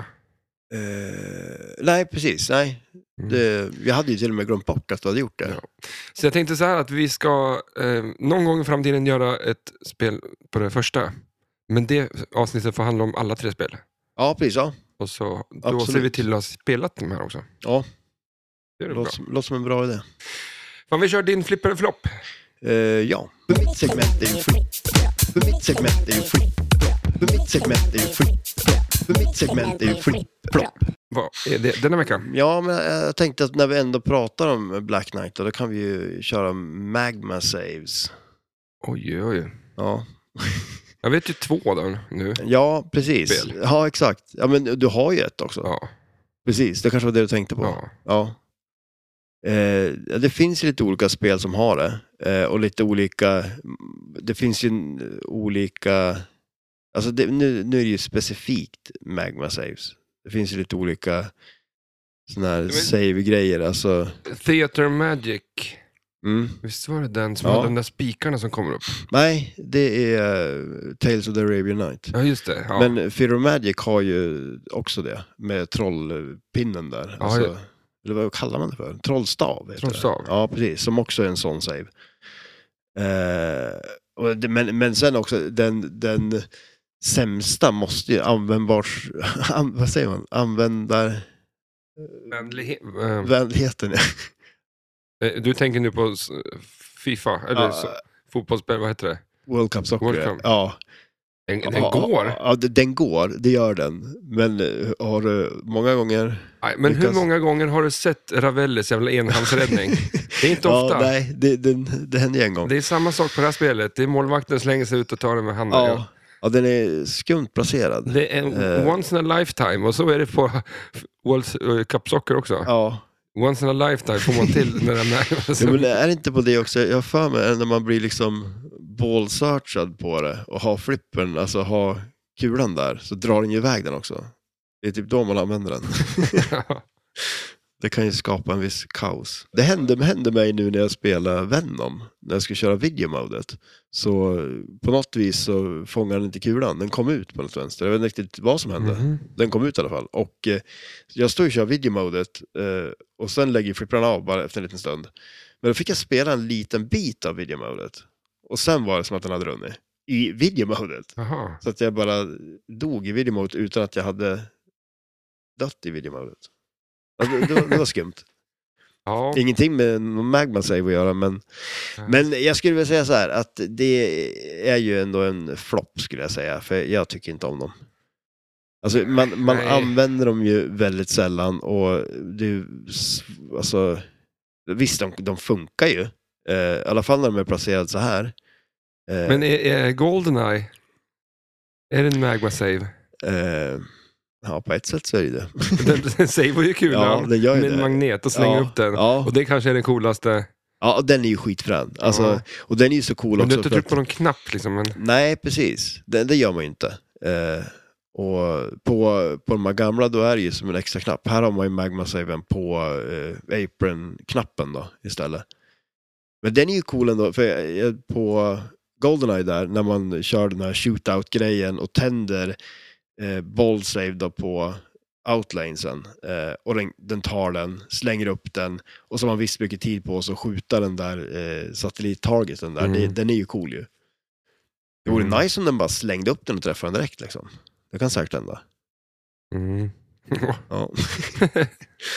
Eh, nej, precis. Nej. Mm. Det, jag hade ju till och med glömt bort att du hade gjort det. Ja. Så jag tänkte så här att vi ska eh, någon gång i framtiden göra ett spel på det första. Men det avsnittet får handla om alla tre spel. Ja, precis. Ja, Och så då Absolut. ser vi till att ha spelat de här också. ja. Det är det Låter, bra. som- låter som en bra idé. Fan, vi kör din flipper eller flopp. Eh, ja. För mitt segment är ju fritt. För mitt segment är ju fritt. För mitt segment är ju fritt. För mitt segment är ju fritt. Plopp. Vad är det denna vecka? Ja, men jag tänkte att när vi ändå pratar om Black Knight, då, då kan vi ju köra Magma Saves. Oj, oj. Ja, Jag vet ju två då nu. ja precis. Spel. Ja, exakt. Ja, men du har ju ett också. Ja. Precis, det kanske var det du tänkte på. ja. Ja. Eh, det finns ju lite olika spel som har det. Eh, och lite olika... Det finns ju en- olika... Alltså det, nu, nu är det ju specifikt Magma Saves. Det finns ju lite olika såna här men- save-grejer. Alltså... Theater Magic. Mm. Visst var det den som Ja. hade de där spikarna som kommer upp? Nej, det är uh, Tales of the Arabian Night. Ja, just det. Ja. Men Fear of Magic har ju också det. Med trollpinnen där. Ja, Alltså, ja. eller vad kallar man det för? Trollstav heter Trollstav. det. Ja, precis. Som också är en sån save. Eh, och det, men, men sen också, den, den sämsta måste ju användbars... An, vad säger man? Användar... Vänlighe- eh, Vänligheten. eh, Du tänker nu på s- FIFA, eller Ja, så, fotbollsspel, vad heter det? World Cup Soccer. World Cup. Ja. Den, den ja, går. Ja, det- den går. Det gör den. Men eh, har du många gånger... Nej, men hur lyckas- många gånger har du sett Ravellis jävla enhandsräddning? Det är inte ofta. Ja, nej, det, det, det hände ju en gång. Det är samma sak på det här spelet. Det är målvakten slänger sig ut och tar den med handen. Ja. Ja, den är skumt placerad. Det är en Eh. once in a lifetime, och så är det på World Cup Soccer också. Ja. Once in a lifetime får man till när den är... Ja, men är det inte på det också? Jag har för mig när man blir liksom ball-searchad på det och har flippen, alltså ha kulan där, så drar den ju iväg den också. Det är typ då man använder den. Det kan ju skapa en viss kaos. Det hände, hände mig nu när jag spelade Venom, när jag skulle köra videomodet. Så på något vis så fångade den inte kulan, den kom ut på något vänster. Jag vet inte riktigt vad som hände. Mhm. Den kom ut i alla fall. Och eh, jag stod och kör videomodet eh, och sen lägger flipprarna av bara efter en liten stund. Men då fick jag spela en liten bit av videomodet. Och sen var det som att den hade runnit i videomodet. Jaha. Så att jag bara dog i videomodet utan att jag hade dött i videomodet. Alltså, det, var, det var skumt. Ja. Ingenting med någon Magma Save att göra, men, men jag skulle vilja säga så här att det är ju ändå en flopp skulle jag säga, för jag tycker inte om dem. Alltså man, man Nej. använder dem ju väldigt sällan och det, alltså, visst de, de funkar ju, eh, i alla fall när de är placerade så här. Eh, Men är, är Goldeneye, är det en Magma Save? eh, ja, på ett sätt så är det det. Den, den savear ju kulan Ja, den gör ju med en det. magnet och slänger Ja, upp den. ja. Och det kanske är den coolaste. Ja, och den är ju skitfrän. Alltså, Ja. och den är ju så cool Men du också. har inte för tryckt att- på någon knapp liksom. Men... Nej, precis. Det, det gör man ju inte. Eh, och på, på de här gamla då är det ju som en extra knapp. Här har man ju Magma Saven på eh, Apron-knappen då istället. Men den är ju cool ändå, för jag, jag, på Goldeneye där, när man kör den här shootout-grejen och tänder eh, ball save då på outlanesen eh, och den, den tar den, slänger upp den och så har man visst mycket tid på sig att skjuta den där eh, satellit-targeten där. Mm. Det, den är ju cool ju. Det vore Mm. nice om den bara slängde upp den och träffade den direkt liksom. Det kan säkert hända. Mm. Ja.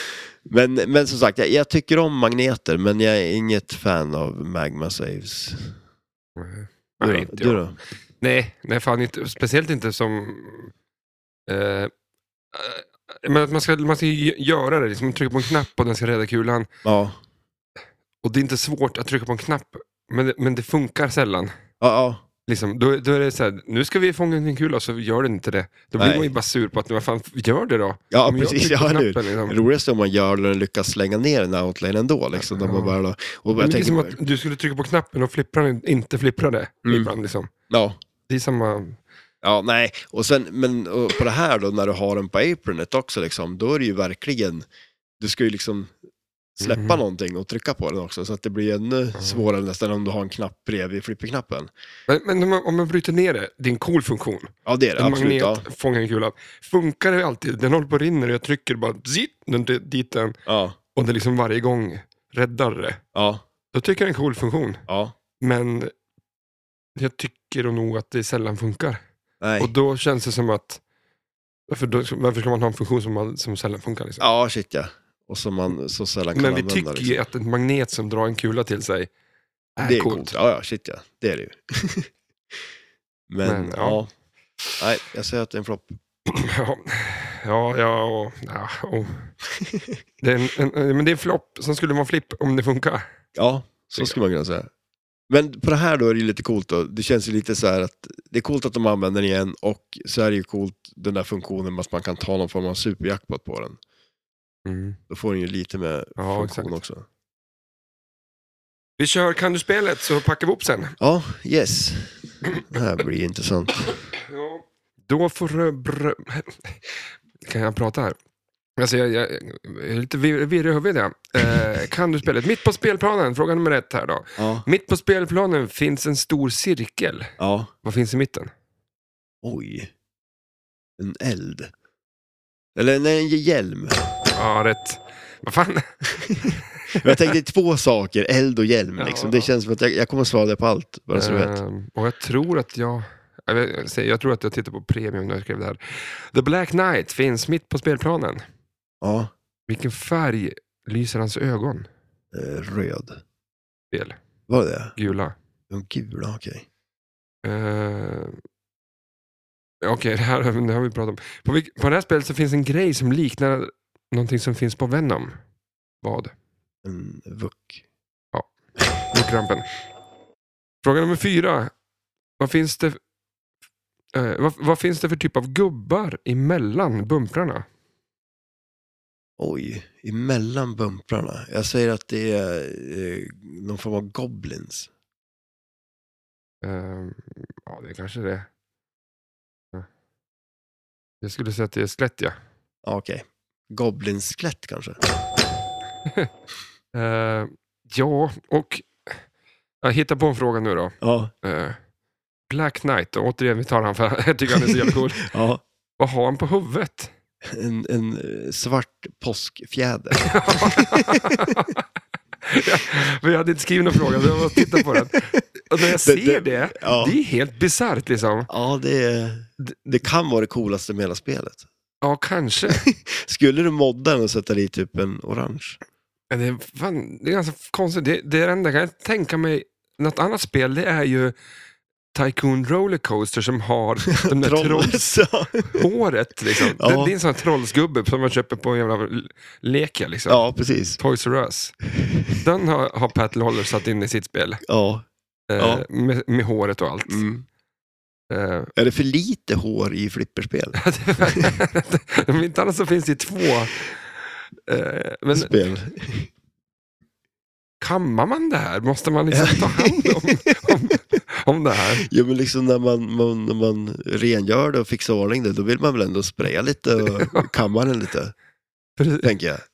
Men, men som sagt, jag, jag tycker om magneter, men jag är inget fan av Magma Saves. Nej, Du nej då? inte Du jag. då? Nej, nej fan inte. Speciellt inte som... Eh, eh, men att man ska, man ska ju göra det, liksom trycka på en knapp och den ska rädda kulan. Ja. Och det är inte svårt att trycka på en knapp, men det, men det funkar sällan. Ja, ja. Liksom, då, då är det så här, nu ska vi fånga en kula, så gör det inte det. Då blir Nej. man ju bara sur på att, vad fan, gör det då? Ja, Om jag precis. trycker på Ja, eller hur? knappen, liksom. Det roligaste är om man gör det och den lyckas slänga ner en outlane ändå. Liksom, Ja. när man bara, och Men jag det är tänker, som att du skulle trycka på knappen och flippran inte flippade Mm. ibland. Liksom. ja. Det är samma... Ja, nej. Och sen, men och på det här då, när du har den på apronet också, liksom, då är det ju verkligen, du ska ju liksom släppa Mhm. någonting och trycka på den också, så att det blir ännu svårare nästan om du har en knapp bredvid flipperknappen. Men, men om, man, om man bryter ner det, det är en cool funktion. Ja, det är det, En absolut. magnet Ja. fångar en kula. Funkar det alltid? Den håller på att rinna och jag trycker bara zit, den, dit den. Ja, Och det liksom varje gång räddar det. ja, Då tycker jag det är en cool funktion. ja. Men jag tycker nog att det sällan funkar. Nej. Och då känns det som att varför, då, varför ska man ha en funktion som, man, som sällan funkar? Liksom? Ja, shit ja. Och som man så sällan kan Men vi använda. tycker liksom. ju att en magnet som drar en kula till sig är, Det är coolt. coolt. Ja, ja, shit ja. Det är det ju. Men, Men, ja. ja. Nej, jag säger att det är en flopp. Ja, ja, ja, och, ja och. Det är en, en, men det är en flopp som skulle vara flipp om det funkar. Ja, så skulle man kunna säga. Men på det här då är det ju lite coolt då. Det känns ju lite så här att det är coolt att de använder den igen, och så är det ju coolt den där funktionen att man kan ta någon form av superjackpot på den. Mm. Då får den ju lite med Ja, funktion exakt. också. Vi kör Kan du spelet så packar vi upp sen. Ja, yes. Det här blir intressant. Ja. Då får du... Br- kan jag prata här? Alltså jag, jag, jag är lite vir- virrig i huvudet. Ja. Eh, kan du spelet? Mitt på spelplanen, fråga nummer ett här då. Ja, Mitt på spelplanen finns en stor cirkel. ja. Vad finns i mitten? Oj. En eld. Eller nej, en hjälm. Ja, rätt. Vad fan? Jag tänkte två saker, eld och hjälm. Ja, Liksom. ja. Det känns som att jag, jag kommer svara det på allt. Bara så du vet. Ehm, och jag tror att jag... Jag, vet, jag säger- jag tror att jag tittar på premium när jag skrev det här. The Black Knight finns mitt på spelplanen. Ja, Vilken färg lyser hans ögon? eh, röd. Fel. Var det det? Gula. Ja, gula, okej. Uh, Okej, det, här, det har vi pratat om. På, vilk, på det här spelet så finns en grej som liknar någonting som finns på Venom. Vad? En vuck. Vuckrampen. Fråga nummer fyra. Vad finns det eh, vad, vad finns det för typ av gubbar emellan bumprarna? Oj, emellan bumprarna. Jag säger att det är eh, någon form av goblins. Uh, ja, det är kanske det. Ja. Jag skulle säga att det är skelett, ja. Ja, okej. Goblinskelett kanske. Uh, ja, och jag hittar på en fråga nu då. Ja, Uh, Black Knight, och återigen vi tar han för jag tycker han är så jävla cool. ja. Vad har han på huvudet? En, en eh, svart påskfjäder. Ja, men jag hade inte skrivit någon fråga, så jag måste titta på den. Och när jag ser det, ja. det är helt bisarrt liksom. Ja, det, är, det kan vara det coolaste med hela spelet. Ja, kanske. Skulle du modda den och sätta dit typ en orange? Men det, är, fan, det är ganska konstigt. Det, det är det enda jag kan tänka mig. Något annat spel, det är ju Tycoon Rollercoaster som har den där trollshåret. Liksom. Ja. Det, det är en sån här trollsgubbe som man köper på en jävla leka. Liksom. Ja, precis. Toys R Us. Den har, har Pat Lawler satt in i sitt spel. Ja. Eh, Ja. med, med håret och allt. Mm. Eh, Är det för lite hår i flipperspel? Om inte annat så finns det två. Eh, men Spel. kammar man det här? Måste man liksom ta hand om, om, om det här? Ja, men liksom när man, man, när man rengör det och fixar ordning det, då vill man väl ändå spraya lite och kamma den lite, tänker jag.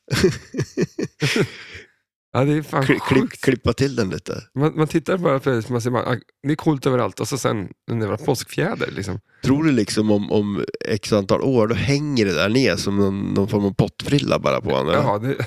Ja, det är fan Kli, klipp, sjukt. klippa till den lite. Man, man tittar bara på det, man ser, man, det är coolt överallt och så sen den jävla påskfjäder liksom. Tror du liksom om, om x antal år, då hänger det där ner som någon, någon form av pottfrilla bara på honom? Ja, det...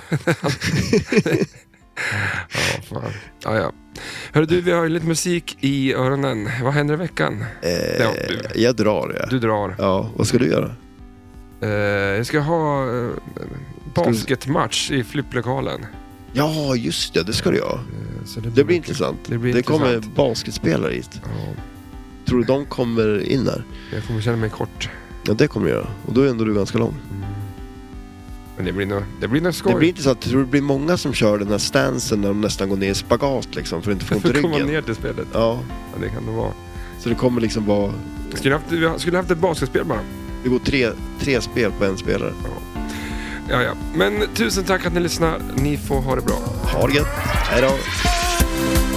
ja, fan. Ja, ja. Hörru du, vi har ju lite musik i öronen. Vad händer i veckan? Eh, Ja, du. jag drar, ja. Du drar. Ja, vad ska du göra? Eh, jag ska ha eh, basketmatch i flipplokalen. Ja, just det, det ska du göra. Så det, det, det blir intressant. Det, blir det intressant. kommer basketspelare hit. Ja. Tror du de kommer in där? Jag kommer känna mig kort. Ja, det kommer du göra. Och då är ändå du ganska lång. Mm. Men det blir nog det blir nog skoj. Det blir intressant. Tror du det blir många som kör den här stansen när de nästan går ner i spagat liksom, för att inte få ont i ryggen? komma ner till spelet. Ja. Ja, det kan det vara. Så det kommer liksom vara... Skulle haft, vi skulle haft ett basketspel bara. Det går tre, tre spel på en spelare. Ja. Ja, ja. Men tusen tack att ni lyssnar. Ni får ha det bra. Ha det gött. Hej då.